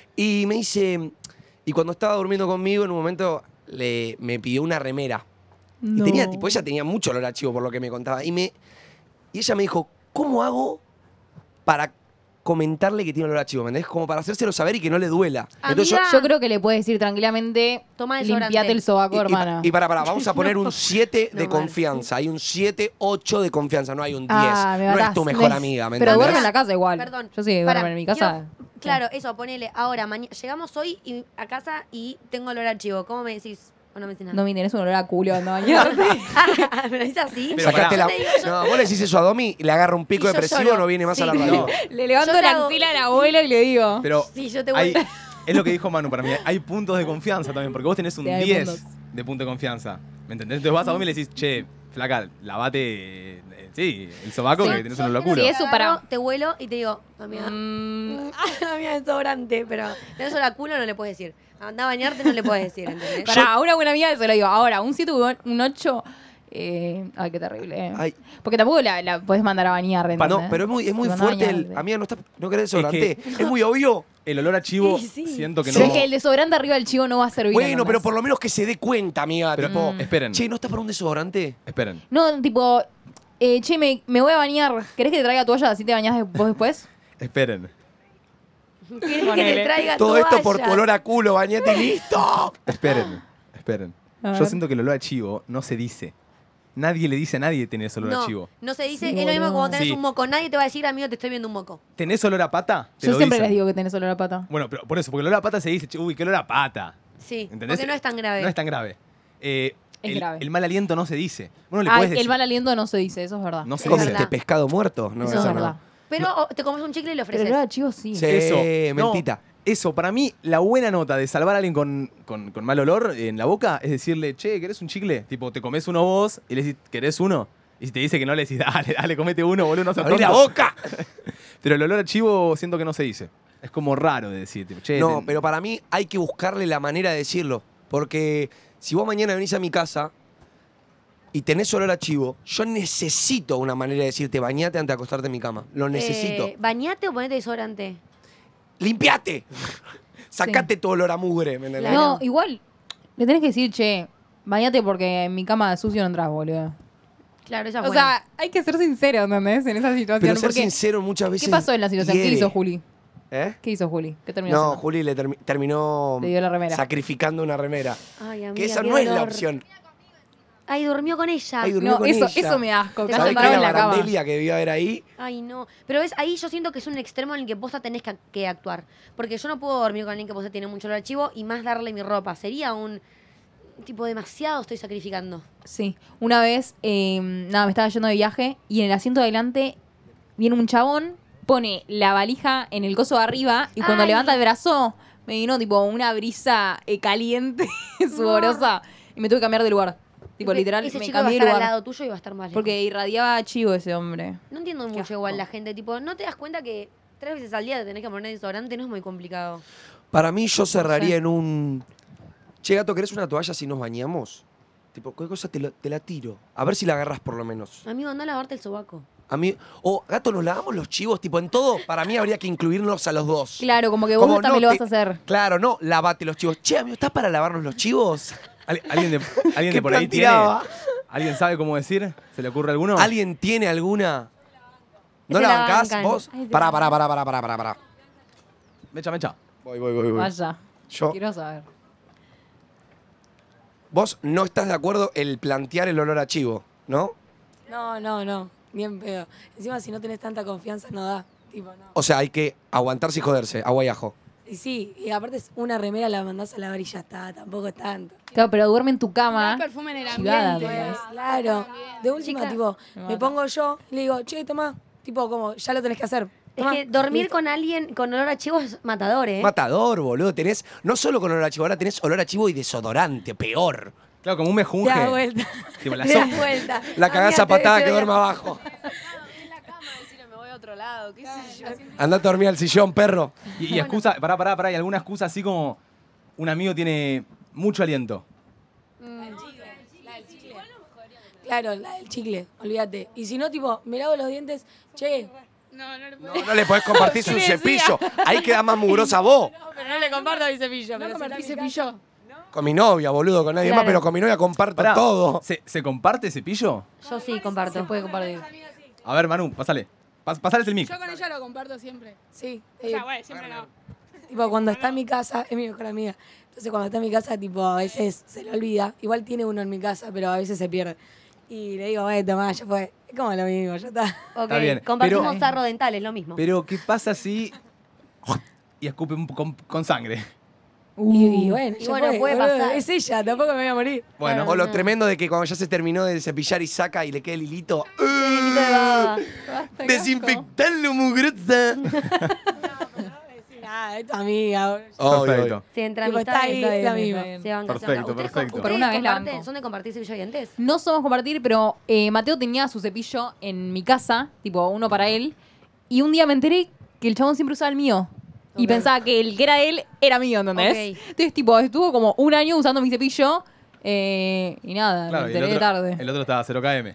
Y me dice... Y cuando estaba durmiendo conmigo, en un momento le, me pidió una remera. No. Y tenía, tipo, ella tenía mucho olor a chivo por lo que me contaba. Y, me, y ella me dijo, ¿cómo hago para comentarle que tiene olor a chivo? ¿Me entendés? Como para hacérselo saber y que no le duela. Entonces yo- Amiga, Yo creo que le puedes decir tranquilamente, Toma desodorante. limpiate el sobaco, y, y, hermana. y para, para, vamos a poner un siete de No, vale. confianza. Hay un siete, ocho de confianza, no hay un diez. Ah, me no es matás. tu mejor Me- amiga, ¿me Pero entendés? duerme en la casa igual. Perdón. Yo sí Pará, duermo en mi casa. quiero- claro, eso, ponele. Ahora, maña- llegamos hoy y- a casa y tengo olor a chivo. ¿Cómo me decís? ¿O no me decís nada? No me tenés un olor a culo anda a bañarte. ¿Me lo dices así? Pero Sacaste pará. la... Yo te digo, yo- No, vos le decís eso a Domi y le agarra un pico Y yo depresivo, lloro. no viene más a la Sí. radio. Le levanto Yo te la hago- axila al abuelo y le digo. Pero Sí, yo te hay- vuelvo. es lo que dijo Manu para mí. Hay puntos de confianza también, porque vos tenés un Sí, hay diez puntos. de punto de confianza. ¿Me entendés? Entonces vas a Domi y le decís, che, flaca, lavate, eh, sí, el sobaco Sí, que tenés yo un olor a creo culo. Sí, que eso agarro, para- Te vuelo y te digo, amiga, Mm, amiga, es sobrante, pero tenés olor a culo, no le puedes decir. Andá a bañarte, no le puedes decir, ¿entendés? Para una buena amiga se lo digo. Ahora, un siete, un ocho. Eh, ay, qué terrible. eh. Ay. Porque tampoco la, la podés mandar a bañar. Pa- ¿entendés? no, pero es muy, es muy Te mandó a fuerte el... bañarte. Amiga, no, está, no querés desodorante. Es Es, muy obvio. El olor a chivo, Sí, sí. siento que Pero no. es que el desodorante arriba del chivo no va a servir. Bueno, ¿entendés? pero por lo menos que se dé cuenta, amiga. Pero, tipo, esperen, che, ¿no está para un desodorante? esperen. No, tipo, eh, che, me, me voy a bañar. ¿Querés que te traiga toalla así te bañás de- vos después? Esperen. ¿Querés que Ponele. te traiga Todo esto por tu toalla? olor a culo, bañate y listo. Esperen. Esperen. A Yo ver. siento que el olor a chivo no se dice. Nadie le dice a nadie tenés olor a No, chivo. no se dice, Sí, es lo mismo boludo. como tenés Sí. un moco. Nadie te va a decir, amigo, te estoy viendo un moco. ¿Tenés olor a pata? Te Yo lo siempre dicen. les digo que tenés olor a pata. Bueno, pero por eso, porque el olor a pata se dice, "Che, uy, qué olor a pata. Sí, ¿Entendés? porque no es tan grave. No es tan grave. Eh, Es el, grave. el mal aliento no se dice. Bueno, le Ay, puedes el decir. mal aliento no se dice, eso es verdad. No se Es dice. ¿Comiste verdad. pescado muerto? No, eso es no. verdad. Pero o, te comes un chicle y lo Pero el ofreces. olor a chivo sí. Sí, Eso. No, mentita. eso, para mí, la buena nota de salvar a alguien con, con- con mal olor en la boca es decirle, che, ¿querés un chicle? Tipo, te comes uno vos y le decís, ¿querés uno? Y si te dice que no, le decís, dale, dale, comete uno, boludo, no seas ¡Abrí la tonto. boca! Pero el olor a chivo siento que no se dice. Es como raro de decir, tipo, che, No, te- pero para mí hay que buscarle la manera de decirlo. Porque si vos mañana venís a mi casa y tenés olor a chivo, yo necesito una manera de decirte bañate antes de acostarte en mi cama. Lo necesito. Eh, ¿Bañate o ponete desodorante? ¡Limpiate! Sacate tu olor a mugre, ¿me entendés? Claro. No, igual, le tenés que decir, che, bañate porque en mi cama de sucio no entras, boludo. Claro, esa es O buena. sea, hay que ser sincero, ¿entendés? En esa situación. Pero ser porque, sincero muchas veces ¿qué pasó en la situación? ¿Qué hiere. hizo Juli? ¿Eh? ¿Qué hizo Juli? ¿Qué terminó No, haciendo? Juli le termi- terminó Le dio la remera. sacrificando una remera. Ay, amiga, Que esa qué no es la dolor. opción. Ay, durmió con ella. Ay, durmió No, con eso, ella. eso me da asco. Que ¿Sabés ¿Sabés haya qué entrado es en la la cama. barandelia que debió haber ahí? Ay, no. Pero ves, ahí yo siento que es un extremo en el que vos tenés que, que actuar. Porque yo no puedo dormir con alguien que vos tiene mucho olor a chivo y más darle mi ropa. Sería un tipo demasiado estoy sacrificando. Sí. Una vez, eh, nada, me estaba yendo de viaje y en el asiento de adelante viene un chabón, pone la valija en el coso de arriba y cuando Ay. levanta el brazo me vino tipo una brisa eh, caliente, sudorosa y me tuve que cambiar de lugar. Tipo, literal, Ese me chico va a cambié de estar al lugar. lado tuyo y va a estar mal. Porque irradiaba chivo ese hombre. No entiendo Qué mucho asco. igual la gente. Tipo, ¿no te das cuenta que tres veces al día te tenés que poner desodorante? No es muy complicado. Para mí yo cerraría sé. en un... Che, gato, ¿querés una toalla si nos bañamos? Tipo, ¿qué cosa te, lo- te la tiro? A ver si la agarras por lo menos. Amigo, anda a lavarte el sobaco. A mí... O, gato, ¿nos lavamos los chivos? Tipo, en todo, para mí habría que incluirnos a los dos. Claro, como que vos Como también no lo vas te- a hacer. Claro, no, lavate los chivos. Che, amigo, ¿estás para lavarnos los chivos? ¿Al- ¿Alguien de, alguien ¿Qué de por ahí plan tiene? tiraba? ¿Alguien sabe cómo decir? ¿Se le ocurre alguno? ¿Alguien tiene alguna? ¿No Se la la bancás bancan. vos? Ay, se Pará, la pará, pará, pará, pará, pará, pará. Mecha, mecha. Voy, voy, voy, voy. Vaya. Yo, Quiero saber. vos no estás de acuerdo el plantear el olor a chivo, ¿no? No, no, no. Bien pedo. Encima, si no tenés tanta confianza, no da. Tipo, no. O sea, hay que aguantarse y joderse, agua y ajo. Y sí, y aparte es una remera, la mandás a lavar y ya está. Tampoco es tanto. Claro, pero duerme en tu No cama. hay perfume en el Chivada, ambiente. ¿entendés? Claro. De última, Chica, tipo, me me mata. pongo yo y le digo, che, tomá. Tipo, como, ya lo tenés que hacer. Es Tomá. que dormir Listo. con alguien con olor a chivo es matador, ¿eh? Matador, boludo. Tenés, no solo con olor a chivo, ahora tenés olor a chivo y desodorante, peor. Claro, como un Te mejunje. da vuelta. Tipo, la Te da so- vuelta. La cagás a Amiga, te- patada te que doy- duerma abajo. En la cama decirle me voy a otro lado, qué sé yo. Andate a dormir al sillón, perro. Y, y excusa, pará, pará, pará, y alguna excusa así como un amigo tiene mucho aliento. Claro, la del chicle, olvídate. Y si no, tipo, me lavo los dientes, che. No, no le puedo. No, no le podés compartir su cepillo. Ahí queda más mugrosa vos. Pero no le comparto mi cepillo. ¿No pero compartís si está en mi cepillo? Con mi novia, boludo, con nadie Claro. más, pero con mi novia comparto Pará, todo. ¿se, ¿Se comparte cepillo? Yo sí comparto. Se puede compartir. A ver, Manu, pasale. Pas, pasales el mic. Yo con ella lo comparto siempre. casa. Sí. O eh, sea, güey, siempre no. tipo, cuando está en mi casa, es mi mejor amiga. Entonces, cuando está en mi casa, tipo, a veces se le olvida. Igual tiene uno en mi casa, pero a veces se pierde. Y le digo, bueno, tomá, ya fue. Es como lo mismo, ya está. Ok, Está bien, compartimos pero- tarro dental, es lo mismo. Pero, ¿qué pasa si... y escupe un- con, con sangre? Y, y bueno, Y ya bueno, fue, puede boludo, pasar. Es ella, tampoco me voy a morir. Bueno, O lo tremendo de que cuando ya se terminó de cepillar y saca y le queda el hilito. Hilito de baba. Desinfectarlo, mugrosa. Nada, es tu amiga. boludo. Obvio, perfecto. obvio. Sí, entre Tipo, amistades está ahí, está es la bien, misma. está bien. Se banca, se Perfecto, banca. ¿Ustedes, perfecto. ustedes Por una vez la comparten- banco. ¿Son de compartir cepillo de dientes? No somos compartir, pero eh, Mateo tenía su cepillo en mi casa, tipo uno para él. Y un día me enteré que el chabón siempre usaba el mío. Y Ok. pensaba que el que era él era mío, ¿entendés? Ok. Entonces, tipo, estuvo como un año usando mi cepillo. eh, y nada, Claro, me y el enteré otro, tarde. el otro estaba cero K M.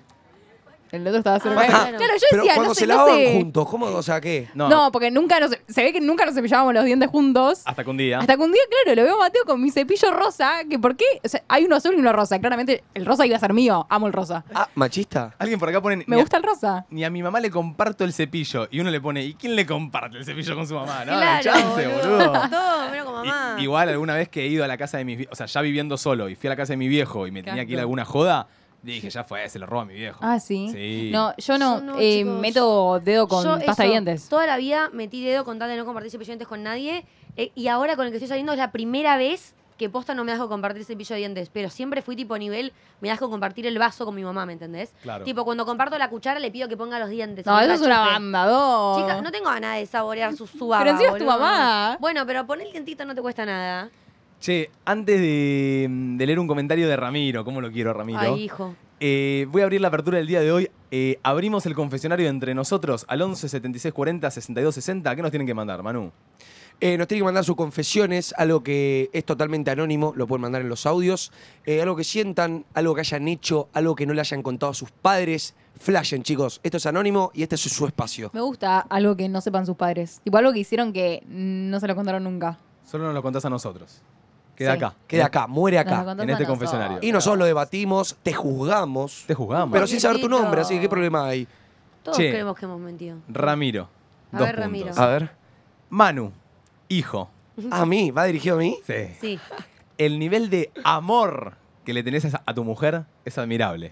El otro estaba cerca. Ah, claro. claro. yo Pero decía, cuando no se sé, no lavaban sé. juntos, ¿cómo? O sea, ¿qué? No, No, porque nunca nos, se ve que nunca nos cepillábamos los dientes juntos. hasta que un día... Hasta que un día, claro, lo veo a Mateo con mi cepillo rosa, que ¿por qué? O sea, hay uno azul y uno rosa. Claramente el rosa iba a ser mío. Amo el rosa. Ah, machista. Alguien por acá pone... Me ni a- gusta el rosa. Ni a mi mamá le comparto el cepillo. Y uno le pone, ¿y quién le comparte el cepillo con su mamá? No, Claro, chance, boludo. boludo. Todo, menos con mamá. I- igual alguna vez que he ido a la casa de mis viejos, o sea, ya viviendo solo y fui a la casa de mi viejo y me Qué tenía que ir a asco. alguna joda, dije, ya fue, se lo roba mi viejo. Ah, sí. Sí. No, yo no, Yo no, eh, chicos. meto dedo con Yo pasta de eso, dientes. Toda la vida metí dedo con tal de no compartir cepillo de dientes con nadie. eh, y ahora con el que estoy saliendo es la primera vez que posta no me dejo compartir cepillo de dientes. Pero siempre fui tipo nivel, me dejo compartir el vaso con mi mamá, ¿me entendés? Claro. Tipo, cuando comparto la cuchara le pido que ponga los dientes. No, y eso la es una chupe. banda, dos. Chica, no tengo ganas de saborear su, su baba, Pero encima es tu boludo. mamá. Bueno, pero poner el dientito no te cuesta nada. Che, antes de, de leer un comentario de Ramiro, ¿cómo lo quiero, Ramiro? Ay, hijo. Eh, voy a abrir la apertura del día de hoy. Eh, abrimos el confesionario entre nosotros al once setenta y seis cuarenta sesenta y dos sesenta. ¿Qué nos tienen que mandar, Manu? Eh, nos tienen que mandar sus confesiones, algo que es totalmente anónimo, lo pueden mandar en los audios. Eh, algo que sientan, algo que hayan hecho, algo que no le hayan contado a sus padres. Flashen, chicos. Esto es anónimo y este es su espacio. Me gusta algo que no sepan sus padres. Tipo algo que hicieron que no se lo contaron nunca. Solo nos lo contás a nosotros. Queda Sí. acá. Queda acá, muere Nos lo acá. contás en a este nosotros. confesionario. Y nosotros lo debatimos, te juzgamos, Te juzgamos. pero sin saber tu Chiquitito. nombre, así que qué problema hay. Todos Che. creemos que hemos mentido. Ramiro. A dos ver, puntos. Ramiro. A ver. Manu, hijo. ¿A mí? ¿Va dirigido a mí? Sí. Sí. El nivel de amor que le tenés a a tu mujer es admirable.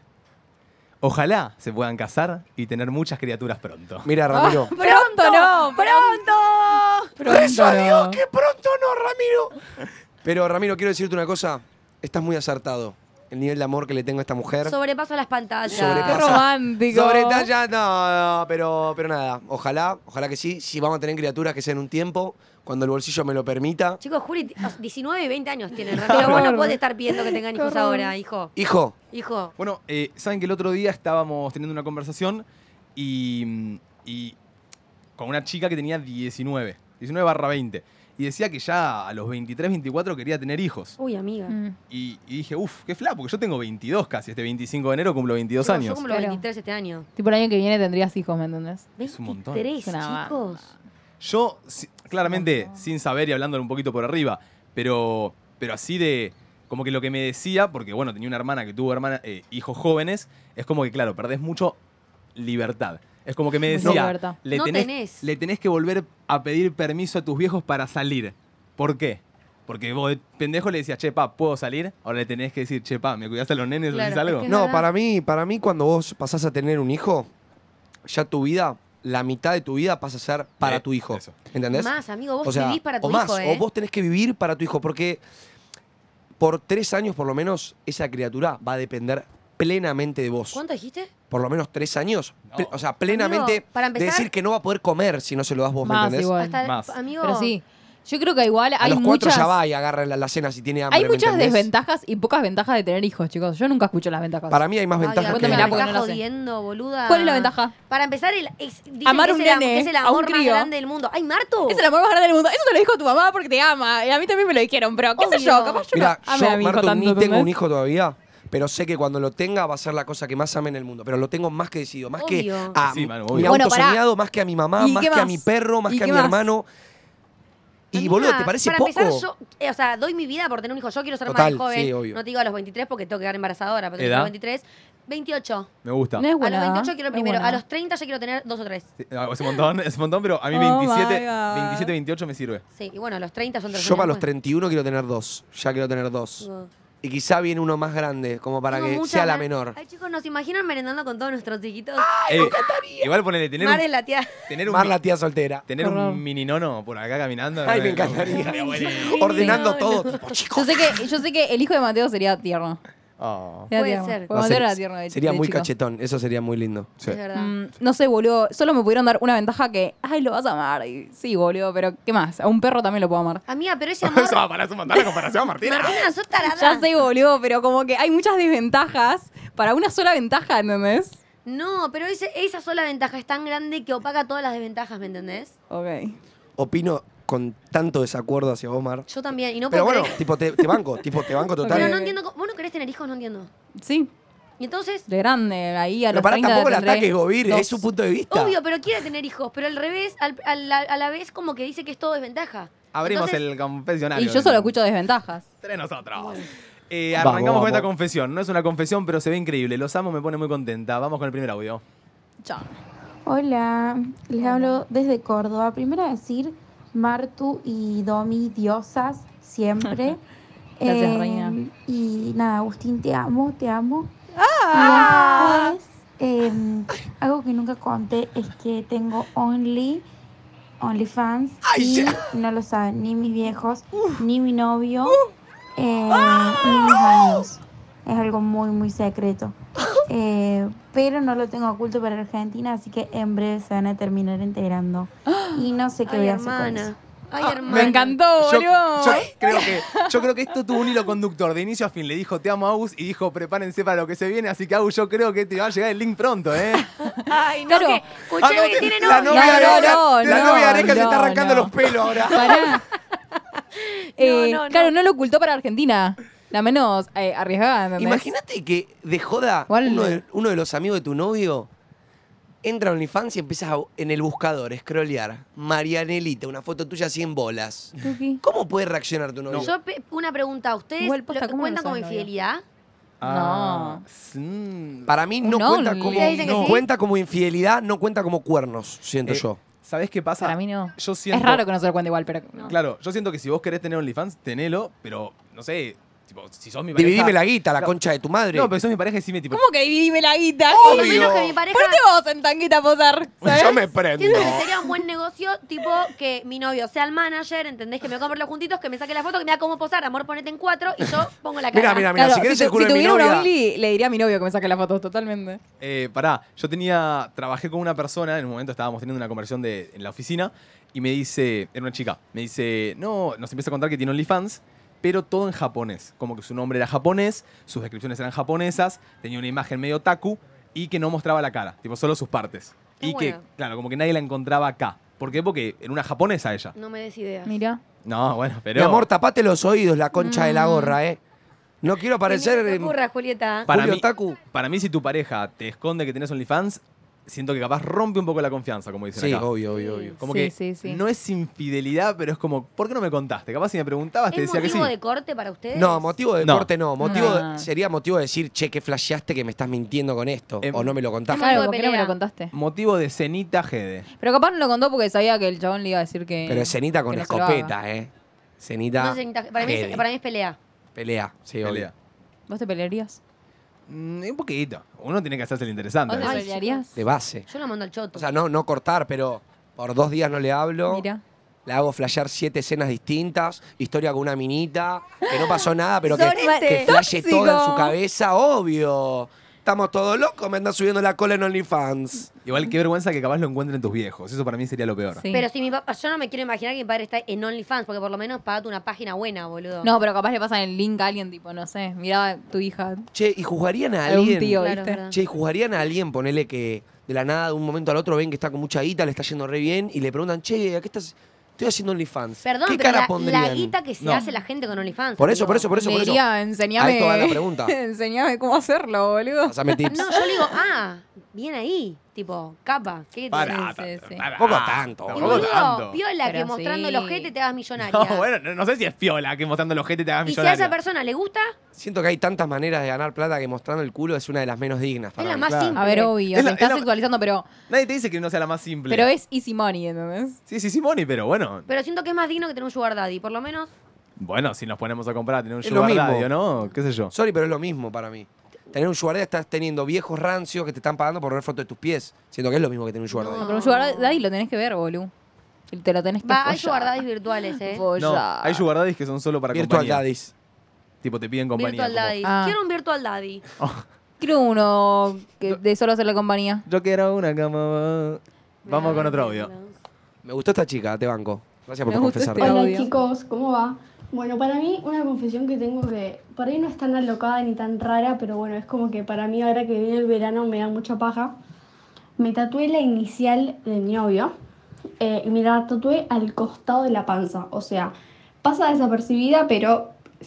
Ojalá se puedan casar y tener muchas criaturas pronto. Mira, Ramiro. ¡Pronto no! ¡Pronto! ¡Eso, Pronto Dios! no. ¡Qué pronto no, Ramiro! Pero, Ramiro, quiero decirte una cosa. Estás muy acertado. El nivel de amor que le tengo a esta mujer. Sobrepaso las pantallas. ¡Qué Sobrepasa. romántico! Sobre talla, no, no, pero, pero nada. Ojalá, ojalá que sí. Si vamos a tener criaturas que sean un tiempo, cuando el bolsillo me lo permita. Chicos, Juli, diecinueve y veinte años tienen. Pero vos no podés estar pidiendo que tengan hijos ahora, hijo. Hijo, Hijo. Bueno, eh, saben que el otro día estábamos teniendo una conversación y, y con una chica que tenía diecinueve, diecinueve barra veinte. Y decía que ya a los veintitrés, veinticuatro quería tener hijos. Uy, amiga. Mm. Y, y dije, uff, qué fla, porque yo tengo veintidós casi. Este veinticinco de enero cumplo veintidós Chicos, años. Yo cumplo Claro. veintitrés este año. Tipo el año que viene tendrías hijos, ¿me entendés? Es un montón. veintitrés, Es una chicos. Yo, si- claramente, sin saber y hablándolo un poquito por arriba, pero, pero así de. Como que lo que me decía, porque bueno, tenía una hermana que tuvo hermana, eh, hijos jóvenes, es como que, claro, perdés mucho libertad. Es como que me Mucha decía, libertad. le No tenés, tenés. le tenés que volver a pedir permiso a tus viejos para salir. ¿Por qué? Porque vos de pendejo le decías, che, pa, ¿puedo salir? Ahora le tenés que decir, che, pa, ¿me cuidás a los nenes o Claro, decís algo? es que- no, verdad. para mí, para mí cuando vos pasás a tener un hijo, ya tu vida, la mitad de tu vida pasa a ser para Eh, tu hijo. eso. ¿Entendés? Más, amigo, vos O sea, vivís para tu o más, hijo, ¿eh? o vos tenés que vivir para tu hijo, porque por tres años por lo menos esa criatura va a depender plenamente de vos. ¿Cuánto dijiste? Por lo menos tres años. No. Ple- O sea, plenamente Amigo, para de empezar- decir que no va a poder comer si no se lo das vos, ¿me Más entendés? igual. Hasta, Más. amigo, Pero sí. Yo creo que igual A hay los cuatro muchas... ya va y agarra la, la cena si tiene hambre. Hay ¿me muchas entendés? desventajas y pocas ventajas de tener hijos, chicos. Yo nunca escucho las ventajas. Para mí hay más Ay, ventajas que... cuéntamela, me porque estás no la sé. jodiendo, boluda. ¿Cuál es la ventaja? Para empezar, el, es, dicen Amar que un es el, am- nene, que es el a un amor más crío. grande del mundo. ¡Ay, Marto! Es el amor más grande del mundo. Eso te lo dijo tu mamá porque te ama. Y a mí también me lo dijeron, pero qué sé Obvio. yo, capaz yo Mira, no ame yo, a mi hijo Marto, tanto, ni tengo ¿entendés? un hijo todavía, pero sé que cuando lo tenga va a ser la cosa que más ame en el mundo. Pero lo tengo más que decidido, más que Obvio. a Sí, mi- Manu, mi obvio. Bueno, auto pará. soñado, más que a mi mamá, ¿Y más qué que a más? mi perro, más ¿Y que a qué mi más? hermano. Y Amiga, boludo, ¿te parece para poco? empezar, yo, eh, o sea, doy mi vida por tener un hijo. Yo quiero ser Total, más joven. sí, obvio. No te digo a los veintitrés porque tengo que quedar embarazadora, pero tengo ¿Edad? a los veintitrés. veintiocho. Me gusta. No es A buena. los veintiocho quiero el es primero. buena. A los treinta ya quiero tener dos o tres. Sí, no, es un montón, es un montón, pero a mí Oh veintisiete, my God. veintisiete, veintiocho me sirve. Sí, y bueno, a los treinta son tres Yo para años los después. treinta y uno quiero tener dos. Ya quiero tener dos. No. Y quizá viene uno más grande, como para Tengo que muchas sea la ganas. menor. Ay, chicos, ¿nos imaginan merendando con todos nuestros chiquitos? Eh, igual ponele, tener Mar es un, la tía. tener un, Más mi- la tía soltera. tener Horror. un mini nono por acá caminando. Ay, me eh, encantaría. estaría buenísimo. Ordenando no, todo. no. Tipo, chicos. Yo sé, que, yo sé que el hijo de Mateo sería tierno. Oh. Sería Puede tierno. ser. Porque No, Mateo sería- era tierno de Sería de muy chico. cachetón. Eso sería muy lindo. Sí. Es verdad. Mm, no sé, boludo. Solo me pudieron dar una ventaja que, ay, lo vas a amar. Y, sí, boludo, pero ¿qué más? A un perro también lo puedo amar. Amiga, pero ese amor... Eso va para un montón de comparación, Martina. Martina, sos tarada. Ya sé, boludo, pero como que hay muchas desventajas para una sola ventaja, ¿entendés? No, pero ese- esa sola ventaja es tan grande que opaca todas las desventajas, ¿me entendés? Ok. Opino con tanto desacuerdo hacia vos, Mar. Yo también. Y no Pero puedo bueno, creer- tipo, te, te banco. Tipo, te banco total. Pero no entiendo... cómo- ¿Vos no querés tener hijos? No entiendo. Sí, Y entonces... de grande, ahí a Pero los para treinta tampoco el tendré ataque Govir, dos. es su punto de vista. Obvio, pero quiere tener hijos. Pero al revés, al- a, la, a la vez como que dice que es todo desventaja. Abrimos Entonces- el confesionario. Y yo solo escucho desventajas. Entre nosotros. Eh, Vamos, arrancamos con esta vamos. confesión. No es una confesión, pero se ve increíble. Los amo, me pone muy contenta. Vamos con el primer audio. Chao. Hola, les Hola. hablo desde Córdoba. Primero decir, Martu y Domi, diosas, siempre. Gracias, Eh, reina. Y nada, Agustín, te amo, te amo. ¡Ah! Y después, eh, algo que nunca conté es que tengo Only, OnlyFans, y no lo saben ni mis viejos, ni mi novio, eh, ni mis amigos. Es algo muy, muy secreto. Eh, pero no lo tengo oculto para Argentina, así que en breve se van a terminar enterando. Y no sé qué Ay, voy a hacer con hermana. eso. Ay, hermana. Me encantó, Yo, boludo. yo creo que, yo creo que esto tuvo un hilo conductor de inicio a fin. Le dijo, te amo, Agus, y dijo, prepárense para lo que se viene. Así que, Agus, yo creo que te va a llegar el link pronto, ¿eh? Ay, no, Claro. que... Ah, Escuché no, que tiene La novio. novia, No, Areca- no, la no, novia Areca se no, está arrancando no. los pelos ahora. Pará. Eh, no, no. Claro, no lo ocultó para Argentina. La menos eh, arriesgada, ¿entendés? Imagínate que de joda Igual- uno de, uno de los amigos de tu novio entra a OnlyFans y empiezas a- en el buscador, scrollear. Marianelita, una foto tuya así en bolas. Tuki. ¿Cómo puede reaccionar tu novio? Yo, pe- una pregunta. ¿Ustedes Igual, posta, lo- ¿cómo cuentan lo como saben, novio? infidelidad? No. s- mm, Para mí no Un cuenta only. como, ¿Ustedes dicen que no. sí? cuenta como infidelidad, no cuenta como cuernos, siento eh, yo. ¿Sabés qué pasa? Para mí no. Yo siento, Es raro que no se lo cuente igual, pero. no. Claro, yo siento que si vos querés tener OnlyFans, tenelo, pero, no sé, tipo, si sos mi pareja... Dividime la guita, la Claro. concha de tu madre. No, pero si sos mi pareja, decime, tipo... ¿Cómo que dividime la guita? Por lo menos que mi pareja... Ponte vos en tanguita a posar, ¿sabes? Yo me prendo. Siento que sería un buen negocio, tipo que mi novio sea el manager, ¿entendés? Que me compre los juntitos, que me saque la foto, que me da cómo posar, amor, ponete en cuatro y yo pongo la cara. Mira, mira, mira, Claro, si querés tu- el culo si de mi tuviera una novia. Only, le diría a mi novio que me saque las fotos totalmente. Eh, pará, yo tenía, trabajé con una persona, en un momento estábamos teniendo una conversión de, en la oficina, y me dice, era una chica, me dice, no, nos empieza a contar que tiene OnlyFans, pero todo en japonés. Como que su nombre era japonés, sus descripciones eran japonesas, tenía una imagen medio taku, y que no mostraba la cara, tipo solo sus partes. Qué y que, bueno. claro, como que nadie la encontraba acá. ¿Por qué? Porque era una japonesa ella. No me des ideas. Mira. No, bueno, pero... Mi amor, tapate los oídos, la concha de la gorra, ¿eh? No quiero parecer... ¿Qué te em, ocurra, Julieta? Para Julio mí, Taku. para mí, si tu pareja te esconde que tenés OnlyFans, siento que capaz rompe un poco la confianza, como dicen Sí, acá. obvio, obvio, obvio. Como Sí, que sí, sí. no es infidelidad, pero es como, ¿por qué no me contaste? Capaz si me preguntabas te ¿Es decía que sí. motivo de corte para ustedes? No, motivo de No. corte no. Motivo de- No. sería motivo de decir, che, que flasheaste que me estás mintiendo con esto. Em, o no me lo contaste. Motivo Claro, de ¿por qué no me pelea. lo contaste? Motivo de cenita Gede. Pero capaz no lo contó porque sabía que el chabón le iba a decir que. Pero es cenita con que no se lo haga. escopeta, ¿eh? Cenita. No sé, para, mí es, heavy. para mí es pelea. Pelea, sí, obvio. Pelea. ¿Vos te pelearías? Mm, un poquito. Uno tiene que hacerse el interesante. ¿Vos te Ay, pelearías? De base. Yo lo mando al choto. O sea, no, no cortar, pero por dos días no le hablo. Mira. Le hago flashear siete escenas distintas, historia con una minita, que no pasó nada, pero que, Sorete. que flashe Tóxico. toda en su cabeza, obvio. estamos todos locos, me andan subiendo la cola en OnlyFans. Igual qué vergüenza que capaz lo encuentren tus viejos. Eso para mí sería lo peor. Sí. Pero si mi papá, yo no me quiero imaginar que mi padre está en OnlyFans, porque por lo menos pagate una página buena, boludo. No, pero capaz le pasan el link a alguien, tipo, no sé, mirá tu hija. Che, ¿y juzgarían a Algún alguien? tío, Claro, ¿viste? es verdad. Che, ¿y juzgarían a alguien, ponele que de la nada, de un momento al otro, ven que está con mucha guita, le está yendo re bien, y le preguntan, che, ¿a qué estás? Estoy haciendo OnlyFans. Perdón, ¿Qué pero cara la, pondrían? la guita que se No. hace la gente con OnlyFans. Por eso, amigo. por eso, por eso, Me por eso. diría, A enseñame. esto va la pregunta. enseñame cómo hacerlo, boludo. Pásame tips. No, yo le digo, ah, bien ahí. Tipo, capa. ¿Qué Para, Sí, sí, sí. para. Poco tanto, Y Tampoco boludo, tanto. piola que Pero mostrando sí. el ojete te hagas millonaria. No, bueno, no, no sé si es piola que mostrando el ojete te hagas y si a millonaria. esa persona le gusta, Siento que hay tantas maneras de ganar plata que mostrando el culo es una de las menos dignas es para la mí. más Claro. simple. A ver, obvio, Es la- te estás es la- sexualizando, pero, Nadie te dice que no sea la más simple. pero es easy money, ¿entendés? Sí, sí, Simoni, pero bueno. Pero siento que es más digno que tener un sugar daddy, por lo menos. Bueno, si nos ponemos a comprar, tener un Es lo sugar mismo. daddy o no, qué sé yo. Sorry, pero es lo mismo para mí. Tener un sugar daddy estás teniendo viejos rancios que te están pagando por ver fotos de tus pies. Siento que es lo mismo que tener un sugar daddy. No. Pero un sugar daddy lo tenés que ver, boludo. Y te lo tenés que Va, hay follar. sugar daddies virtuales, ¿eh? No, Follar. hay sugar daddies que son solo para Virtual compañía. daddies. Tipo, te piden compañía. Virtual como, daddies. Ah. Quiero un virtual daddy. Quiero uno que de solo hacerle compañía. Yo quiero una cama. Vamos con otro audio. Me gustó esta chica, te banco. Gracias por Me gusta confesarte. este Hola audio. chicos, ¿cómo va? Bueno, para mí una confesión que tengo que por ahí no es tan alocada ni tan rara, pero bueno, es como que para mí ahora que viene el verano me da mucha paja. Me tatué la inicial de mi novio eh, y me la tatué al costado de la panza. O sea, pasa desapercibida, pero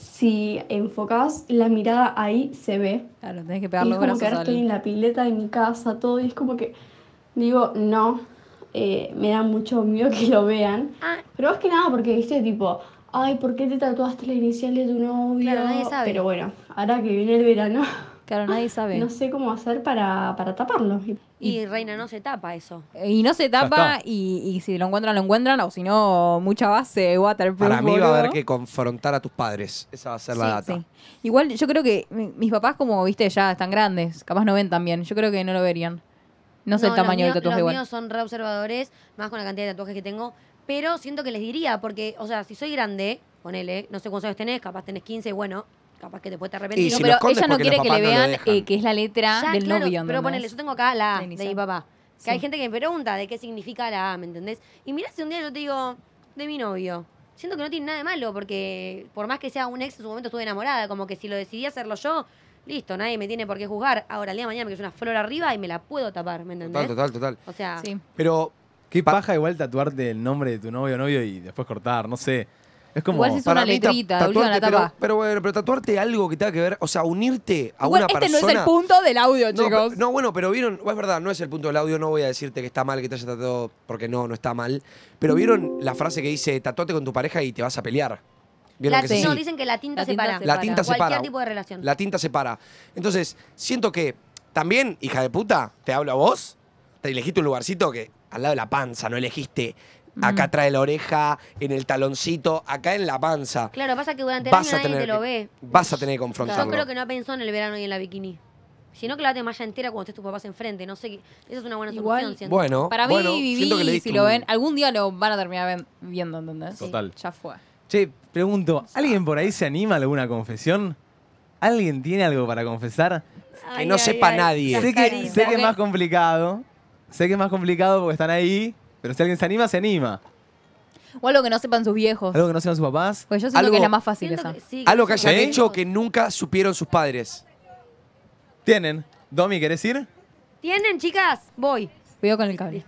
si enfocás la mirada ahí se ve. Claro, tenés que Y pegar es los como brazos que ahora estoy en al... la pileta de mi casa, todo, y es como que digo, no, eh, me da mucho miedo que lo vean. Ah, Pero más que nada porque, viste, tipo, ay, ¿por qué te tatuaste la inicial de tu novio? Claro, nadie sabe. Pero bueno, ahora que viene el verano, Claro, nadie sabe. no sé cómo hacer para, para taparlo. y reina, no se tapa eso. Y no se tapa está. y, y si lo encuentran, lo encuentran. O si no, mucha base, waterproof, Para mí va a boludo. haber que confrontar a tus padres. Esa va a ser la Sí, data. sí. Igual yo creo que mi- mis papás, como viste, ya están grandes. Capaz no ven también. Yo creo que no lo verían. No sé el los tamaño míos- del tatuaje Los igual. míos son re observadores, más con la cantidad de tatuajes que tengo. Pero siento que les diría, porque, o sea, si soy grande, ponele, no sé cuántos años tenés, capaz tenés quince, bueno, capaz que te puedes arrepentir. Y No, si lo pero escondes ella no porque quiere los que le papás no lo vean dejan. eh, que es la letra Ya, del claro, novio. pero ¿entendés? ponele, yo tengo acá la A La de inicial. mi papá. Que Sí. hay gente que me pregunta de qué significa la A, ¿me entendés? Y mirá si un día yo te digo, de mi novio. Siento que no tiene nada de malo, porque por más que sea un ex, en su momento estuve enamorada. Como que si lo decidí hacerlo yo, listo, nadie me tiene por qué juzgar. Ahora, el día de mañana me es una flor arriba y me la puedo tapar, ¿me entendés? Total, total, total. O sea, Sí. Pero Qué Pa- paja igual tatuarte el nombre de tu novio o novio y después cortar, no sé. Es como... Igual si es una mí ta- letrita, de última tatuarte, la tapa. pero, pero bueno, pero tatuarte algo que tenga que ver, o sea, unirte a Igual una este persona. no es el punto del audio, No, chicos. pe- no, bueno, pero vieron, es verdad, no es el punto del audio, no voy a decirte que está mal que te haya tatuado, porque no, no está mal. Pero vieron la frase que dice, tatuate con tu pareja y te vas a pelear. ¿Vieron la- que es no, así? dicen que la tinta La tinta separa. separa. La tinta Cualquier separa. tipo de relación. La tinta separa. Entonces, siento que también, hija de puta, te hablo a vos, te elegiste un lugarcito que al lado de la panza, no elegiste acá Mm. atrás de la oreja, en el taloncito, acá en la panza. Claro, pasa que durante el Vas año a nadie tener te lo que- ve. Vas a tener que Yo confrontarlo. creo que no pensó en el verano y en la bikini. Si no, que la te malla entera cuando estés tus papás enfrente. No sé, qué- esa es una buena Igual- solución, siento. Bueno, Para mí, bueno, viví, siento que le diste si lo un- ven, algún día lo van a terminar ven- viendo, ¿entendés? Total. Ya fue. Che, pregunto, ¿alguien por ahí se anima a alguna confesión? ¿Alguien tiene algo para confesar? Que no sepa nadie. Sé que, sé que es más complicado. Sé que es más complicado porque están ahí. Pero si alguien se anima, se anima. O algo que no sepan sus viejos. ¿Algo que no sepan sus papás? Pues yo siento Algo- que es la más fácil Siento esa. que- sí, Algo que no hayan sepan hecho sus que hijos. nunca supieron sus padres. Tienen. Domi, ¿querés ir? ¿Tienen, chicas? Voy. Cuidado con el cable.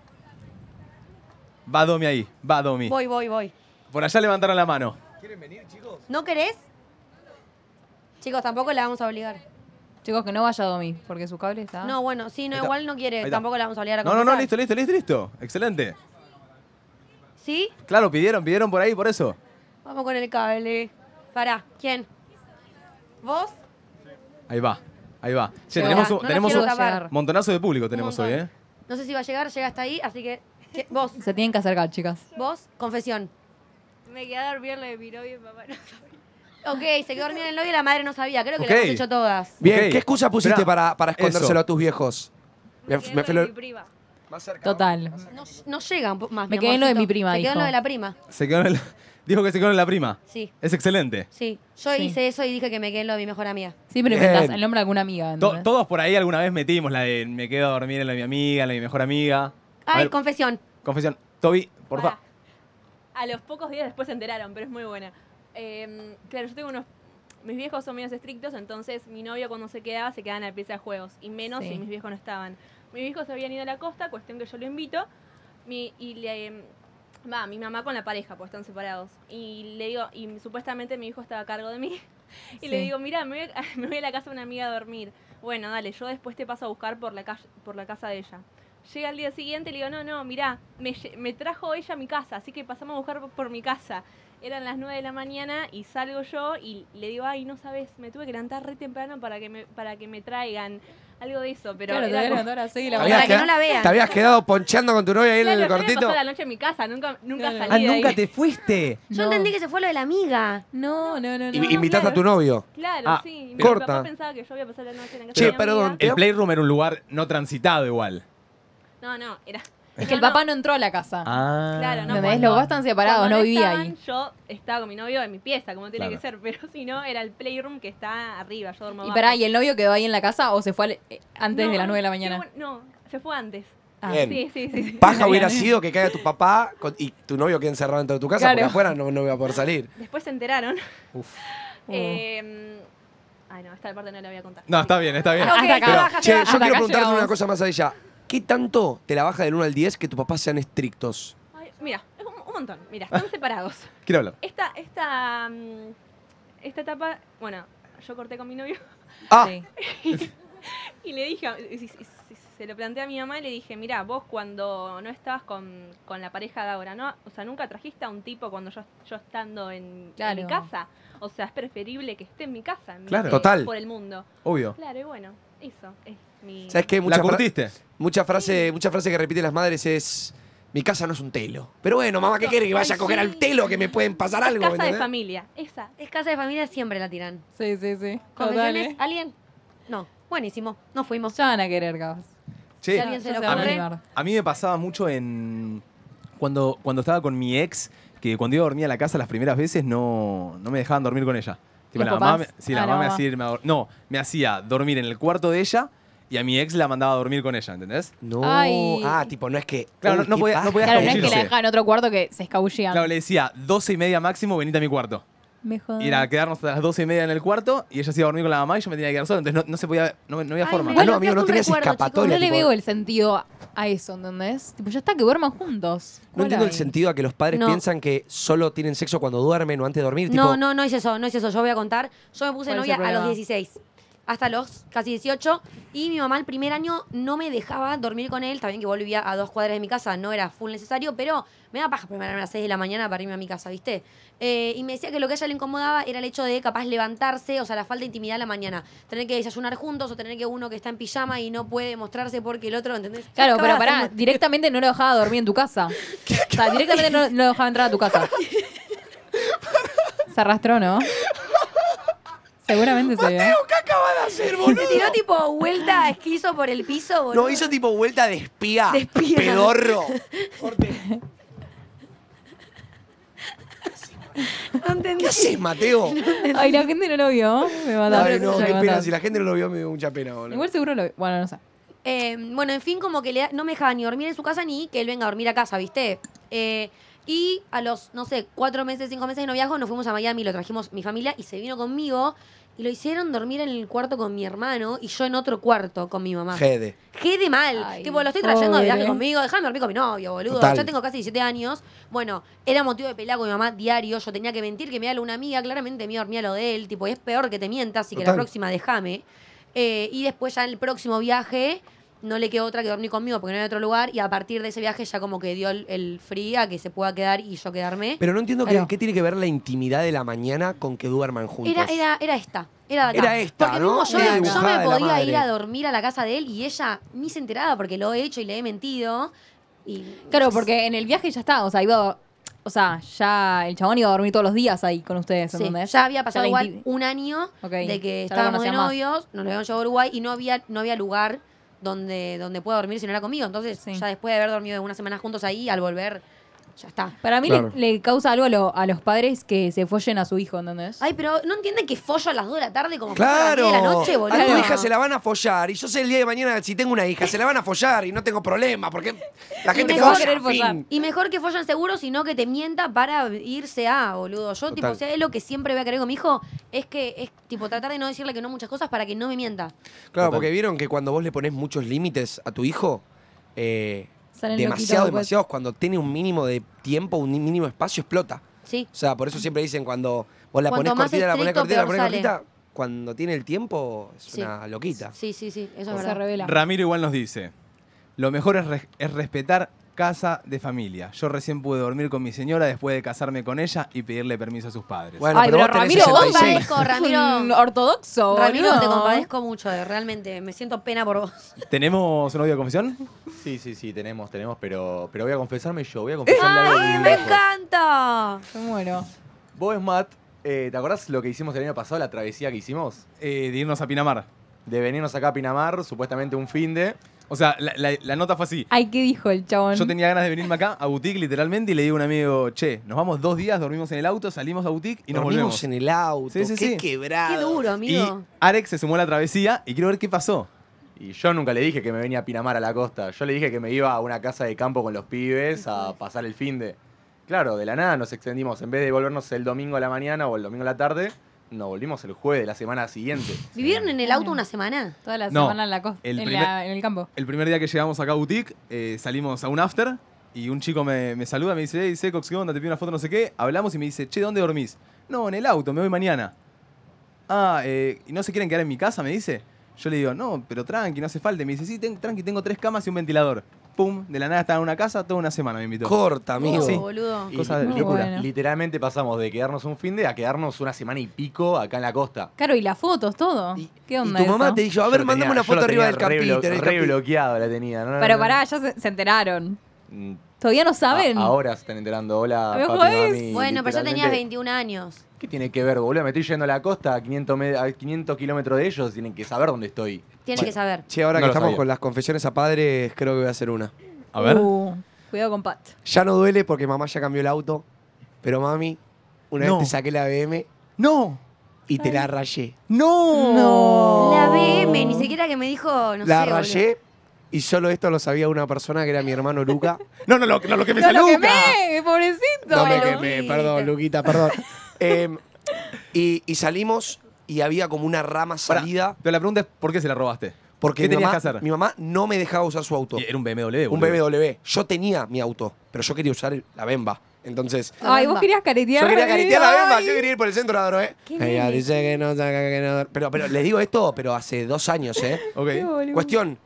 Va Domi ahí. Va Domi. Voy, voy, voy. Por allá levantaron la mano. ¿No querés? Chicos, tampoco la vamos a obligar. Chicos, que no vaya a Domi, porque su cable está... No, bueno, sí, no, Ahí está. igual no quiere. Ahí está. Tampoco la vamos a obligar a No, no, confesar. no, listo, listo, listo, listo. Excelente. ¿Sí? Claro, pidieron, pidieron por ahí, por eso. Vamos con el cable. Pará, ¿quién? ¿Vos? Ahí va, ahí va. Che, Llegó. tenemos, No un, la tenemos quiero un tapar. montonazo de público tenemos Un hoy, montón. ¿eh? No sé si va a llegar, llega hasta ahí, así que... ¿qué? Vos, Se tienen que acercar, chicas. vos, confesión. Me quedé a dormir lo de mi novio y mi papá no sabía. Ok, se quedó dormida en el novio y la madre no sabía. Creo que Ok. lo hemos hecho todas. Bien, Ok. ¿qué excusa pusiste Esperá, para, para escondérselo eso. a tus viejos? Me, Me quedé me lo fue de lo- mi prima. Más cerca. Total. No, no llega un po- más. Me mi quedé en lo de amorcito. mi prima, Se quedó en dijo. lo de la prima. Se quedó en el- Dijo que se quedó en la prima. Sí. Es excelente. Sí. Yo Sí. hice eso y dije que me quedé en lo de mi mejor amiga. Siempre Bien. inventás el nombre de alguna amiga. To- ¿entendés? todos por ahí alguna vez metimos la de me quedo a dormir en la de mi amiga, en la de mi mejor amiga. A Ay, ver, confesión. confesión. Toby, por Pará. favor. A los pocos días después se enteraron, pero es muy buena. Eh, claro, yo tengo unos... Mis viejos son medios estrictos, entonces mi novio cuando se quedaba se quedaba en la pieza de juegos. Y menos Sí. si mis viejos no estaban. Mis viejos se habían ido a la costa, cuestión que yo lo invito. Mi, y le... Va, mi mamá con la pareja, pues están separados. Y le digo, y supuestamente mi hijo estaba a cargo de mí. Y Sí. le digo, mira, me, voy a- me voy a la casa de una amiga a dormir. Bueno, dale, yo después te paso a buscar por la, calle, por la casa de ella. Llega al día siguiente y le digo, no, no, mirá, me, lle- me trajo ella a mi casa, así que pasamos a buscar por, por mi casa. Eran las nueve de la mañana y salgo yo y le digo, ay, no sabes, me tuve que levantar re temprano para que me, para que me traigan algo de eso. Pero Claro, te era voy a como- levantar a las seis de la ¿Te Para habías que queda- no la vean. ¿Te habías quedado poncheando con tu novia ahí en Claro, el yo había cortito? pasado la noche en mi casa, nunca, nunca Claro. salí Ah, de ahí. nunca te fuiste. Yo No. entendí que se fue lo de la amiga. No, no, no, no. Y- Invitaste a tu novio. Claro, Ah, sí. Mi corta. papá pensaba que yo había pasado la noche en la casa Che, de mi perdón, amiga. El Playroom era un lugar no transitado igual. No, no, era... Es que el no, papá no entró a la casa. Ah. Claro, no. ¿Entendés? cuando- Los papás están separados, cuando no vivía estaban, ahí. Yo estaba con mi novio en mi pieza, como tiene Claro. que ser, pero si no, era el playroom que está arriba, yo duermo Y abajo. pará, ¿y el novio quedó ahí en la casa o se fue al- eh, antes No, de las nueve de la qué mañana? bueno- No, se fue antes. Ah. Bien. Sí, sí, sí. sí. Paja hubiera sido que caiga tu papá con- y tu novio quede encerrado dentro de tu casa Claro. porque afuera no, no iba a poder salir. Después se enteraron. Uf. Eh, ay, no, esta parte no la voy a contar. No, está bien, está bien. Ok, Hasta acá. se Pero, baja, che, se yo baja. Hasta quiero acá preguntarte llegamos. una cosa más a ella. ¿Qué tanto te la baja del uno al diez que tus papás sean estrictos? Ay, mira, es un, un montón. Mira, están separados. Quiero hablar. Esta, esta, mm, esta etapa, bueno, yo corté con mi novio Ah, Sí. y le dije, y- y- y- se lo planteé a mi mamá y le dije, mira, vos cuando no estabas con, con la pareja de ahora, ¿no? O sea, nunca trajiste a un tipo cuando yo, yo estando en, en Claro. mi casa. O sea, es preferible que esté en mi casa, en vez Claro. de Total. por el mundo. Obvio. Claro, y bueno, eso es mi... ¿sabes qué? Mucha, ¿La fra- curtiste? mucha frase, mucha frase que repiten las madres es: mi casa no es un telo. Pero bueno, mamá, ¿qué quiere? Que vaya a Ay, coger sí. al telo, que me pueden pasar Es algo. casa ¿me de entendés? familia, esa. Es casa de familia, siempre la tiran. Sí, sí, sí. Total, ¿Confesiones? ¿eh? ¿Alguien? No. Buenísimo. No fuimos. Ya van a querer, capaz. Si Che, alguien se Ya lo se van a ocurre. animar. a mí me pasaba mucho en. Cuando, cuando estaba con mi ex, que cuando iba a dormir a la casa las primeras veces no, no me dejaban dormir con ella. Tipo, ¿Los la mamá, me, papás? sí, la Ah, mamá me no. hacía irme a dor- No, me hacía dormir en el cuarto de ella y a mi ex la mandaba a dormir con ella, ¿entendés? No. Ay. Ah, tipo, no es que. Claro, Uy, no qué podía- no paja. podía Claro, no es que escabullirse. la dejan en otro cuarto que se escabullían. Claro, le decía doce y media máximo, venite a mi cuarto. Me jodas. Y era quedarnos hasta las doce y media en el cuarto y ella se iba a dormir con la mamá y yo me tenía que quedar solo, entonces no, no se podía, no, no había Ay, forma. me Ah, no, bloqueaste amigo, no un tenías recuerdo, escapatoria. No le tipo, veo el sentido a eso, ¿entendés? Tipo, ya está, que duerman juntos. No entiendo el Hola. sentido a que los padres No. piensan que solo tienen sexo cuando duermen o antes de dormir. No, tipo, no, no es eso, no es eso. Yo voy a contar. Yo me puse ¿Cuál es novia el a los problema? dieciséis. Hasta los casi dieciocho. Y mi mamá el primer año no me dejaba dormir con él. También que vos vivía a dos cuadras de mi casa. No era full necesario, pero me da paja prepararme a las seis de la mañana para irme a mi casa, ¿viste? Eh, y me decía que lo que a ella le incomodaba era el hecho de capaz levantarse, o sea, la falta de intimidad a la mañana. Tener que desayunar juntos o tener que uno que está en pijama y no puede mostrarse porque el otro, ¿entendés? Claro, Acaba pero de pará, hacer- directamente no lo dejaba dormir en tu casa. O sea, directamente no, no lo dejaba entrar a tu casa. Se arrastró, ¿no? Seguramente se vio. ¿qué acaba de hacer, boludo? Se tiró tipo vuelta esquizo por el piso, boludo. No, hizo tipo vuelta de espía. De espía. Pedorro. No entendí. ¿Qué haces, Mateo? Ay, la gente no lo vio. Me mataron. Ay, no, me qué pena. mataron. Si la gente no lo vio, me dio mucha pena, boludo. Igual seguro lo vio. Bueno, no sé. Eh, bueno, en fin, como que le, no me dejaba ni dormir en su casa ni que él venga a dormir a casa, ¿viste? Eh, y a los, no sé, cuatro meses, cinco meses de noviazgo nos fuimos a Miami, lo trajimos mi familia y se vino conmigo y lo hicieron dormir en el cuarto con mi hermano y yo en otro cuarto con mi mamá. Jede. Qué mal. Ay, tipo, lo estoy trayendo de viaje pobre. conmigo, déjame dormir con mi novio, boludo. Total. Yo tengo casi diecisiete años. Bueno, era motivo de pelea con mi mamá diario. Yo tenía que mentir que me iba a una amiga, claramente me iba a dormir a lo de él. Tipo, y es peor que te mientas y que la Total. próxima déjame. Eh, y después ya en el próximo viaje no le quedó otra que dormir conmigo porque no había otro lugar. Y a partir de ese viaje ya como que dio el, el free a que se pueda quedar y yo quedarme. Pero no entiendo qué, Claro. qué tiene que ver la intimidad de la mañana con que duerman juntos. Era, era, era esta. Era, de acá. Era esta, porque ¿no? mismo yo, Era yo dibujada me de la podía ir madre. a dormir a la casa de él y ella ni se enteraba porque lo he hecho y le he mentido. Y Claro, porque en el viaje ya está. O sea, iba a- O sea, ya el chabón iba a dormir todos los días ahí con ustedes, Sí, ¿entendés? ya había pasado la igual inti- un año Ok, de que ya lo estábamos de conocía más. novios, nos lo habíamos llevado a Uruguay y no había, no había lugar donde, donde pueda dormir si no era conmigo. Entonces, Sí. ya después de haber dormido una semana juntos ahí, al volver, ya está. Para mí Claro. le, le causa algo a, lo- a los padres que se follen a su hijo, ¿entendés? Ay, pero ¿no entienden que follo a las dos de la tarde como Claro. a las diez de la noche, boludo? A tu hija se la van a follar. Y yo sé el día de mañana, si tengo una hija, se la van a follar y no tengo problema. Porque la Y gente mejor, folla. fin. y mejor que follan seguro, sino que te mienta para irse a, boludo. Yo, tipo, Total. si hay lo que siempre voy a querer con mi hijo, es que es, tipo, tratar de no decirle que no muchas cosas para que no me mienta. Claro, Total. porque vieron que cuando vos le pones muchos límites a tu hijo, eh, Salen demasiado, loquitos después. demasiados, cuando tiene un mínimo de tiempo, un mínimo espacio, explota. Sí. O sea, por eso siempre dicen cuando vos la Cuanto ponés más cortita, la ponés estricto, cortita, la peor ponés sale. cortita, cuando tiene el tiempo es Sí. una loquita. Sí, sí, sí, eso es Se verdad. revela. Ramiro igual nos dice, lo mejor es, res- es respetar casa de familia. Yo recién pude dormir con mi señora después de casarme con ella y pedirle permiso a sus padres. Bueno, Ay, pero, pero vos tenés Ramiro, vos sesenta y seis. compadezco, Ramiro. Es un ortodoxo, Ramiro, boludo. te compadezco mucho, eh, realmente. Me siento pena por vos. ¿Tenemos un audio de confesión? Sí, sí, sí, tenemos, tenemos, pero, pero voy a confesarme yo, voy a confesarle algo a ¡Ay, mis me viejos. encanta! Me muero. Vos, Matt, eh, ¿te acordás lo que hicimos el año pasado, la travesía que hicimos? Eh, de irnos a Pinamar. De venirnos acá a Pinamar, supuestamente un fin de... O sea, la, la- la nota fue así. Ay, ¿qué dijo el chabón? Yo tenía ganas de venirme acá a Boutique literalmente y le digo a un amigo, che, nos vamos dos días, dormimos en el auto, salimos a Boutique y nos Dormimos volvemos. en el auto, Sí, sí, qué sí. quebrado. Qué duro, Y amigo. Alex se sumó a la travesía y quiero ver qué pasó. Y yo nunca le dije que me venía a Pinamar a la costa. Yo le dije que me iba a una casa de campo con los pibes a pasar el fin de... Claro, de la nada nos extendimos. En vez de volvernos el domingo a la mañana o el domingo a la tarde, nos volvimos el jueves de la semana siguiente. ¿Vivieron en el auto una semana? Toda la No, semana en la costa, el en, primer- la- en el campo. El primer día que llegamos acá a Boutique, eh, salimos a un after y un chico me, me saluda, me dice, hey, Secox, ¿qué onda? Te pido una foto, no sé qué. Hablamos y me dice, che, ¿dónde dormís? No, en el auto, me voy mañana. Ah, eh, ¿y no se quieren quedar en mi casa? Me dice. Yo le digo, no, pero tranqui, no hace falta. Y me dice, sí, ten- tranqui, tengo tres camas y un ventilador. Pum, de la nada estaba en una casa, toda una semana me invitó. Corta, amigo. Oh, Sí. boludo. Y Cosa de Muy locura. bueno. literalmente pasamos de quedarnos un fin de a quedarnos una semana y pico acá en la costa. Claro, y las fotos, todo. Y, ¿Qué y onda tu mamá eso? te dijo, a Yo ver, lo mándame tenía- una yo foto lo arriba tenía del re capítulo. blo- el Re capi- bloqueado la tenía. No, no, Pero no, pará, ya se, se enteraron. Mm, ¿Todavía no saben? a- ahora se están enterando. Hola, ¿Me papi, jodés? mami. Bueno, pero ya tenías literalmente. veintiún años. ¿Qué tiene que ver, boludo? Me estoy yendo a la costa a quinientos, me- a quinientos kilómetros de ellos. Tienen que saber dónde estoy. Tienes que saber. Che, ahora No que lo estamos sabía. con las confesiones a padres, creo que voy a hacer una. A ver. Uh, cuidado con Pat. Ya no duele porque mamá ya cambió el auto, pero mami, una No. vez te saqué la B M ¡No! y te la rayé. ¡No! No. La B M, ni siquiera que me dijo, no la sé, rayé y solo esto lo sabía una persona que era mi hermano Luca. No, no, no, no, lo que me ¡No salió. lo quemé! ¡Pobrecito! No me Luquita. quemé, perdón, Luquita, perdón. Eh, y, y salimos y había como una rama Pará, salida pero la pregunta es, ¿por qué se la robaste? porque ¿Qué mi tenías mamá, que hacer? mi mamá no me dejaba usar su auto. Y era un B M W, Un boludo. B M W. Yo tenía mi auto, pero yo quería usar el- la Bemba. Entonces, Ay, vos querías caretear. yo quería caretear la Bemba, Ay. yo quería ir por el centro de Adro, ¿eh? Qué Ella nene. dice que no, saca que no. Pero, pero les digo esto, pero hace dos años, ¿eh? Ok. Qué boludo. Cuestión.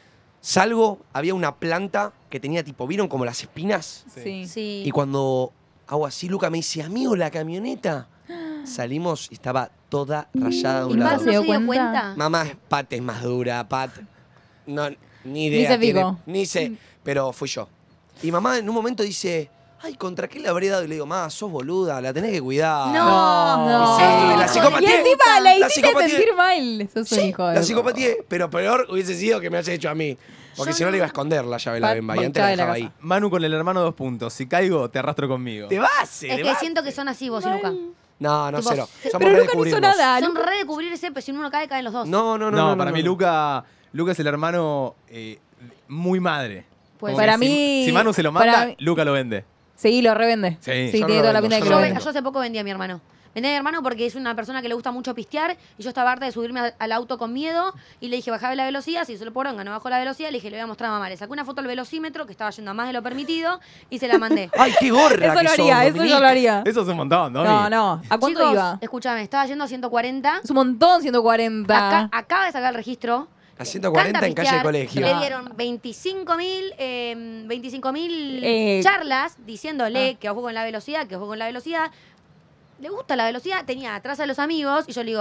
Salgo, había una planta que tenía tipo, ¿vieron como las espinas? Sí. Sí. Y cuando hago así, Luca me dice, amigo, la camioneta. Salimos y estaba toda rayada de ¿Y un Pat lado. no se dio cuenta? cuenta? Mamá, Pat es más dura, Pat. No, ni idea. Ni se tiene- picó. Ni sé, pero fui yo. Y mamá en un momento dice, ay, ¿contra qué le habré dado? Y le digo, mamá, sos boluda, la tenés que cuidar. No, No. Sí, la Sos psicopatía. Y encima la La hiciste psicopatía. sentir mal. Sos un Sí, hijo de... la psicopatía, pero peor hubiese sido que me haya hecho a mí. Porque Yo si no no- le iba a esconder la llave de la Pat, Bemba y antes la llave de la dejaba casa. ahí. Manu con el hermano dos puntos. Si caigo, te arrastro conmigo. ¡Te vas! Es que siento que son así vos y Luca. No, no, Tipo, cero. se- Somos Pero re de Luca no hizo cubrirnos. nada. Son Luca- re de cubrirse, pero si uno cae, caen los dos. No, no, no. No, no, para no, mí no. Luca, Luca es el hermano eh, muy madre. Pues Como para que si- mí- Si Manu se lo para manda, mí- Luca lo vende. Sí, lo revende. Sí, Sí, yo no tiene lo toda la vendo, pinta de yo que no lo lo Yo, vende. yo hace poco vendí a mi hermano. Vendí a mi hermano porque es una persona que le gusta mucho pistear y yo estaba harta de subirme al, al auto con miedo y le dije, bajaba la velocidad, si solo poronga no bajó la velocidad, le dije, le voy a mostrar a mamá. Le saqué una foto al velocímetro que estaba yendo a más de lo permitido y se la mandé. ¡Ay, qué gorra Eso que lo sos, haría, eso yo Dominique! lo haría. Eso es un montón, ¿no? No, no. ¿A cuánto Chicos, iba? escúchame, estaba yendo a ciento cuarenta. Es un montón, ciento cuarenta. Acá, acaba de sacar el registro. A ciento cuarenta Canta en calle pistear, de colegio. Le dieron veinticinco mil eh, veinticinco mil Eh, charlas diciéndole ah. que ojo con la velocidad, que ojo con la velocidad. Le gusta la velocidad, tenía atrás a los amigos y yo le digo,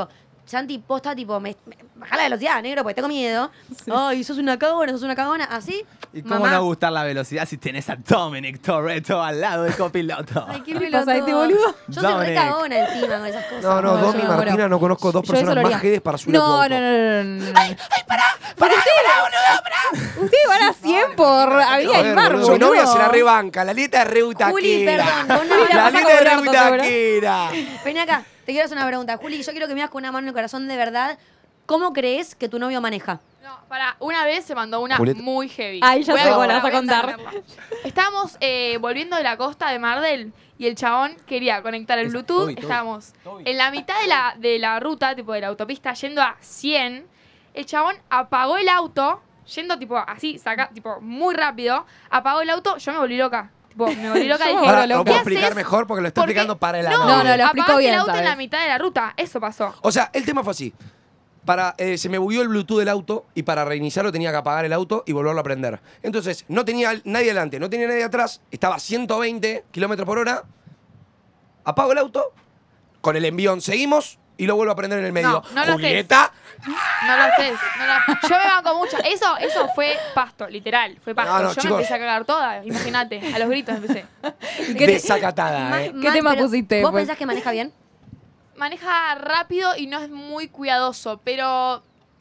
Santi posta, tipo, me, me- bajá la velocidad, negro, porque tengo miedo. Ay, sos una cagona, sos una cagona. Así, ¿Y cómo mamá. no gustar la velocidad si tenés a Dominic Toretto al lado del copiloto? Ay, qué ¿Qué pasa, este pelotudo. boludo? Yo soy re Dominic. cagona encima con esas cosas. No, no, No, Domi yo y me Martina muero. no conozco dos Yo eso personas lo más haría. jedes para subir a tu No, auto. no, no, no, no, no. ¡Ay, ay, pará! ¡Pará, pará, boludo, pará! Ustedes van a cien por Avía Joder, del Mar, boludo, boludo. Mi novia se la rebanca, la Lita es re Juli, butaquera. perdón, vos no Juli, la La vas a Lita es re cobrar, ¿te acuerdas? butaquera. Vení acá, te quiero hacer una pregunta. Juli, yo quiero que me hagas con una mano en el corazón de verdad. ¿Cómo crees que tu novio maneja? No, para, una vez se mandó una Julieta. muy heavy. Ay, ya Voy sé a- cuál la vas a voy contar. terminarla. Estábamos eh, volviendo de la costa de Mar del y el chabón quería conectar el Esa, Bluetooth. Toby, Toby. Estábamos Toby. en la mitad de la, de la ruta, tipo de la autopista, yendo a cien. El chabón apagó el auto, yendo tipo así, saca, tipo muy rápido. Apagó el auto, yo me volví loca. Tipo, me volví loca y Yo dije, me Ahora, volví ¿lo loca. puedo ¿qué explicar haces? mejor? Porque lo está Porque- explicando para el No, amor. No, no, lo explico apagaste bien, el auto en ¿sabes? la mitad de la ruta. Eso pasó. O sea, el tema fue así. Para, eh, se me bugueó el Bluetooth del auto y para reiniciarlo tenía que apagar el auto y volverlo a prender. Entonces, no tenía al- nadie adelante, no tenía nadie atrás, estaba a ciento veinte kilómetros por hora. Apago el auto, con el envión seguimos y lo vuelvo a prender en el medio. No, no lo haces. Julieta, No lo haces. No lo- Yo me banco mucho. Eso, eso fue pasto, literal. Fue pasto. No, no, Yo chicos. me empecé a cagar toda. Imagínate. A los gritos empecé. desacatada, Ma- ¿eh? ma- ¿Qué tema pero, pusiste, ¿Vos pues? pensás que maneja bien? Maneja rápido y no es muy cuidadoso, pero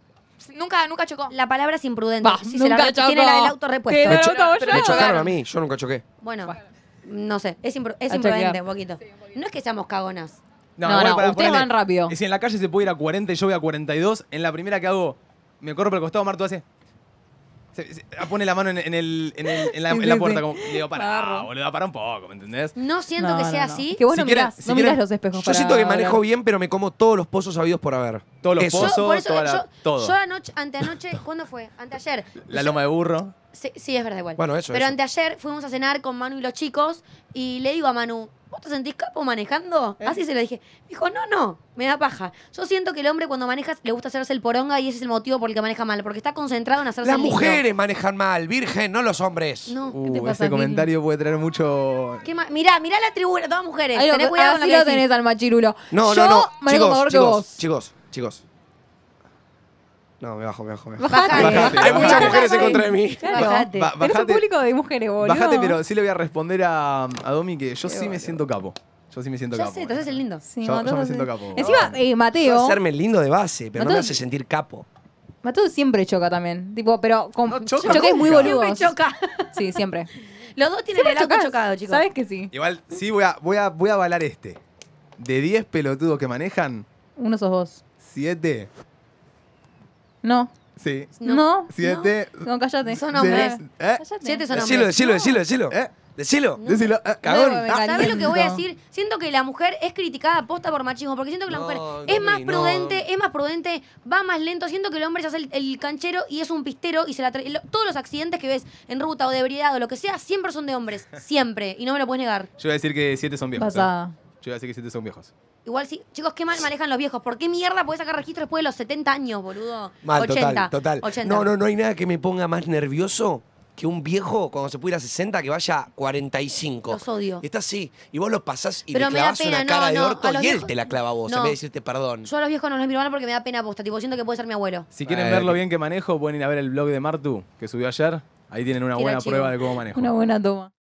nunca, nunca chocó. La palabra es imprudente. Bah, Sí, se la- nunca chocó. tiene la del auto repuesto. Que Me, no cho- lo tomo pero yo. me chocaron chocaron. a mí, yo nunca choqué. Bueno, no sé, es, impru- es A imprudente chequear. un poquito. No es que seamos cagonas. No, igual no, para ustedes ponerle- van rápido. Y si en la calle se puede ir a cuarenta y yo voy a cuarenta y dos, en la primera que hago, me corro por el costado, Marto hace. Se, se- pone la mano en, en el, en, el- en la, Sí, en la sí, puerta, sí. como, le digo, pará, Agarro. boludo, para un poco, ¿me entendés? No siento No, que no, sea no. así. Es que vos Si no quieren- mirás, si no quieren- mirás los espejos. Yo para siento que manejo hablar. bien, pero me como todos los pozos habidos por haber. Todos los Eso. pozos, Yo, por eso, toda la- yo, todo. yo anoche, anteanoche, ¿cuándo fue? Anteayer. La loma de burro. Sí, sí, es verdad igual. Bueno, eso, Pero eso. anteayer fuimos a cenar con Manu y los chicos y le digo a Manu, ¿vos te sentís capo manejando? ¿Eh? Así se lo dije. Me dijo, no, no, me da paja. Yo siento que el hombre cuando maneja le gusta hacerse el poronga y ese es el motivo por el que maneja mal, porque está concentrado en hacerse Las el lindo. mujeres manejan mal, virgen, no los hombres. No. te Uh, pasa, ese Kiki? comentario puede traer mucho. ¿Qué ma- mirá, mirá la tribuna, todas mujeres. Ahí lo- Tenés cuidado con así lo que lo decís. tenés al machirulo. No, Yo no, no. manejo mejor Chicos, que chicos, vos. chicos, chicos. No, me bajo, me bajo, me bajo. Bajate. Bajate. Bajate, Hay muchas bajate. mujeres en contra de mí. Claro. Bajate. Ba- Tenés un bajate. público de mujeres, boludo. Bájate, pero sí le voy a responder a, a Domi que yo Qué sí me bárbaro. siento capo. Yo sí me siento Ya capo. sé, entonces es lindo. Sí, Yo- yo Mateo me hace- siento capo. Encima, eh, Puedo Mateo. hacerme el lindo de base, pero no Mateo- me hace sentir capo. Mateo siempre choca también. Tipo, pero con No choca choques muy nunca. boludos. Siempre choca. Sí, siempre. Los dos tienen Siempre el auto chocás. chocado, chicos. ¿Sabes que sí? Igual sí voy a, voy a, voy a avalar este. De diez pelotudos que manejan, Uno sos vos. siete. No. Sí. No. No. siete. No, cállate. Son sí, hombres. ¿Eh? Cállate. Siete son Decilo, hombres. decilo, No. decilo, decilo. ¿Eh? Decilo. Decilo. eh. Cagón. No, me Ah, ¿Sabes lo que voy a Caliento. decir? Siento que la mujer es criticada posta por machismo, porque siento que la No, mujer no, es más no. prudente, es más prudente, va más lento. Siento que el hombre se hace el, el canchero y es un pistero y se la trae. lo- Todos los accidentes que ves en ruta o de ebriedad o lo que sea, siempre son de hombres. Siempre. Y no me lo puedes negar. Yo voy a decir que siete son viejos. ¿eh? Pasada. Yo voy a decir que siete son viejos. Igual sí. Chicos, qué mal manejan los viejos. ¿Por qué mierda podés sacar registro después de los setenta años, boludo? Mal, ochenta. total, total. ochenta. No, no, no hay nada que me ponga más nervioso que un viejo cuando se puede ir a sesenta que vaya a cuarenta y cinco. Los odio. Y está así. Y vos lo pasás y Pero le me da clavas pena, una no, cara de no, orto a y los él viejos- te la clava a vos, No. en vez de decirte perdón. Yo a los viejos no los miro mal porque me da pena posta. Tipo, siento que puede ser mi abuelo. Si quieren Eh, ver lo que- bien que manejo, pueden ir a ver el blog de Martu que subió ayer. Ahí tienen una Tira buena chivo. prueba de cómo manejo. Una buena toma.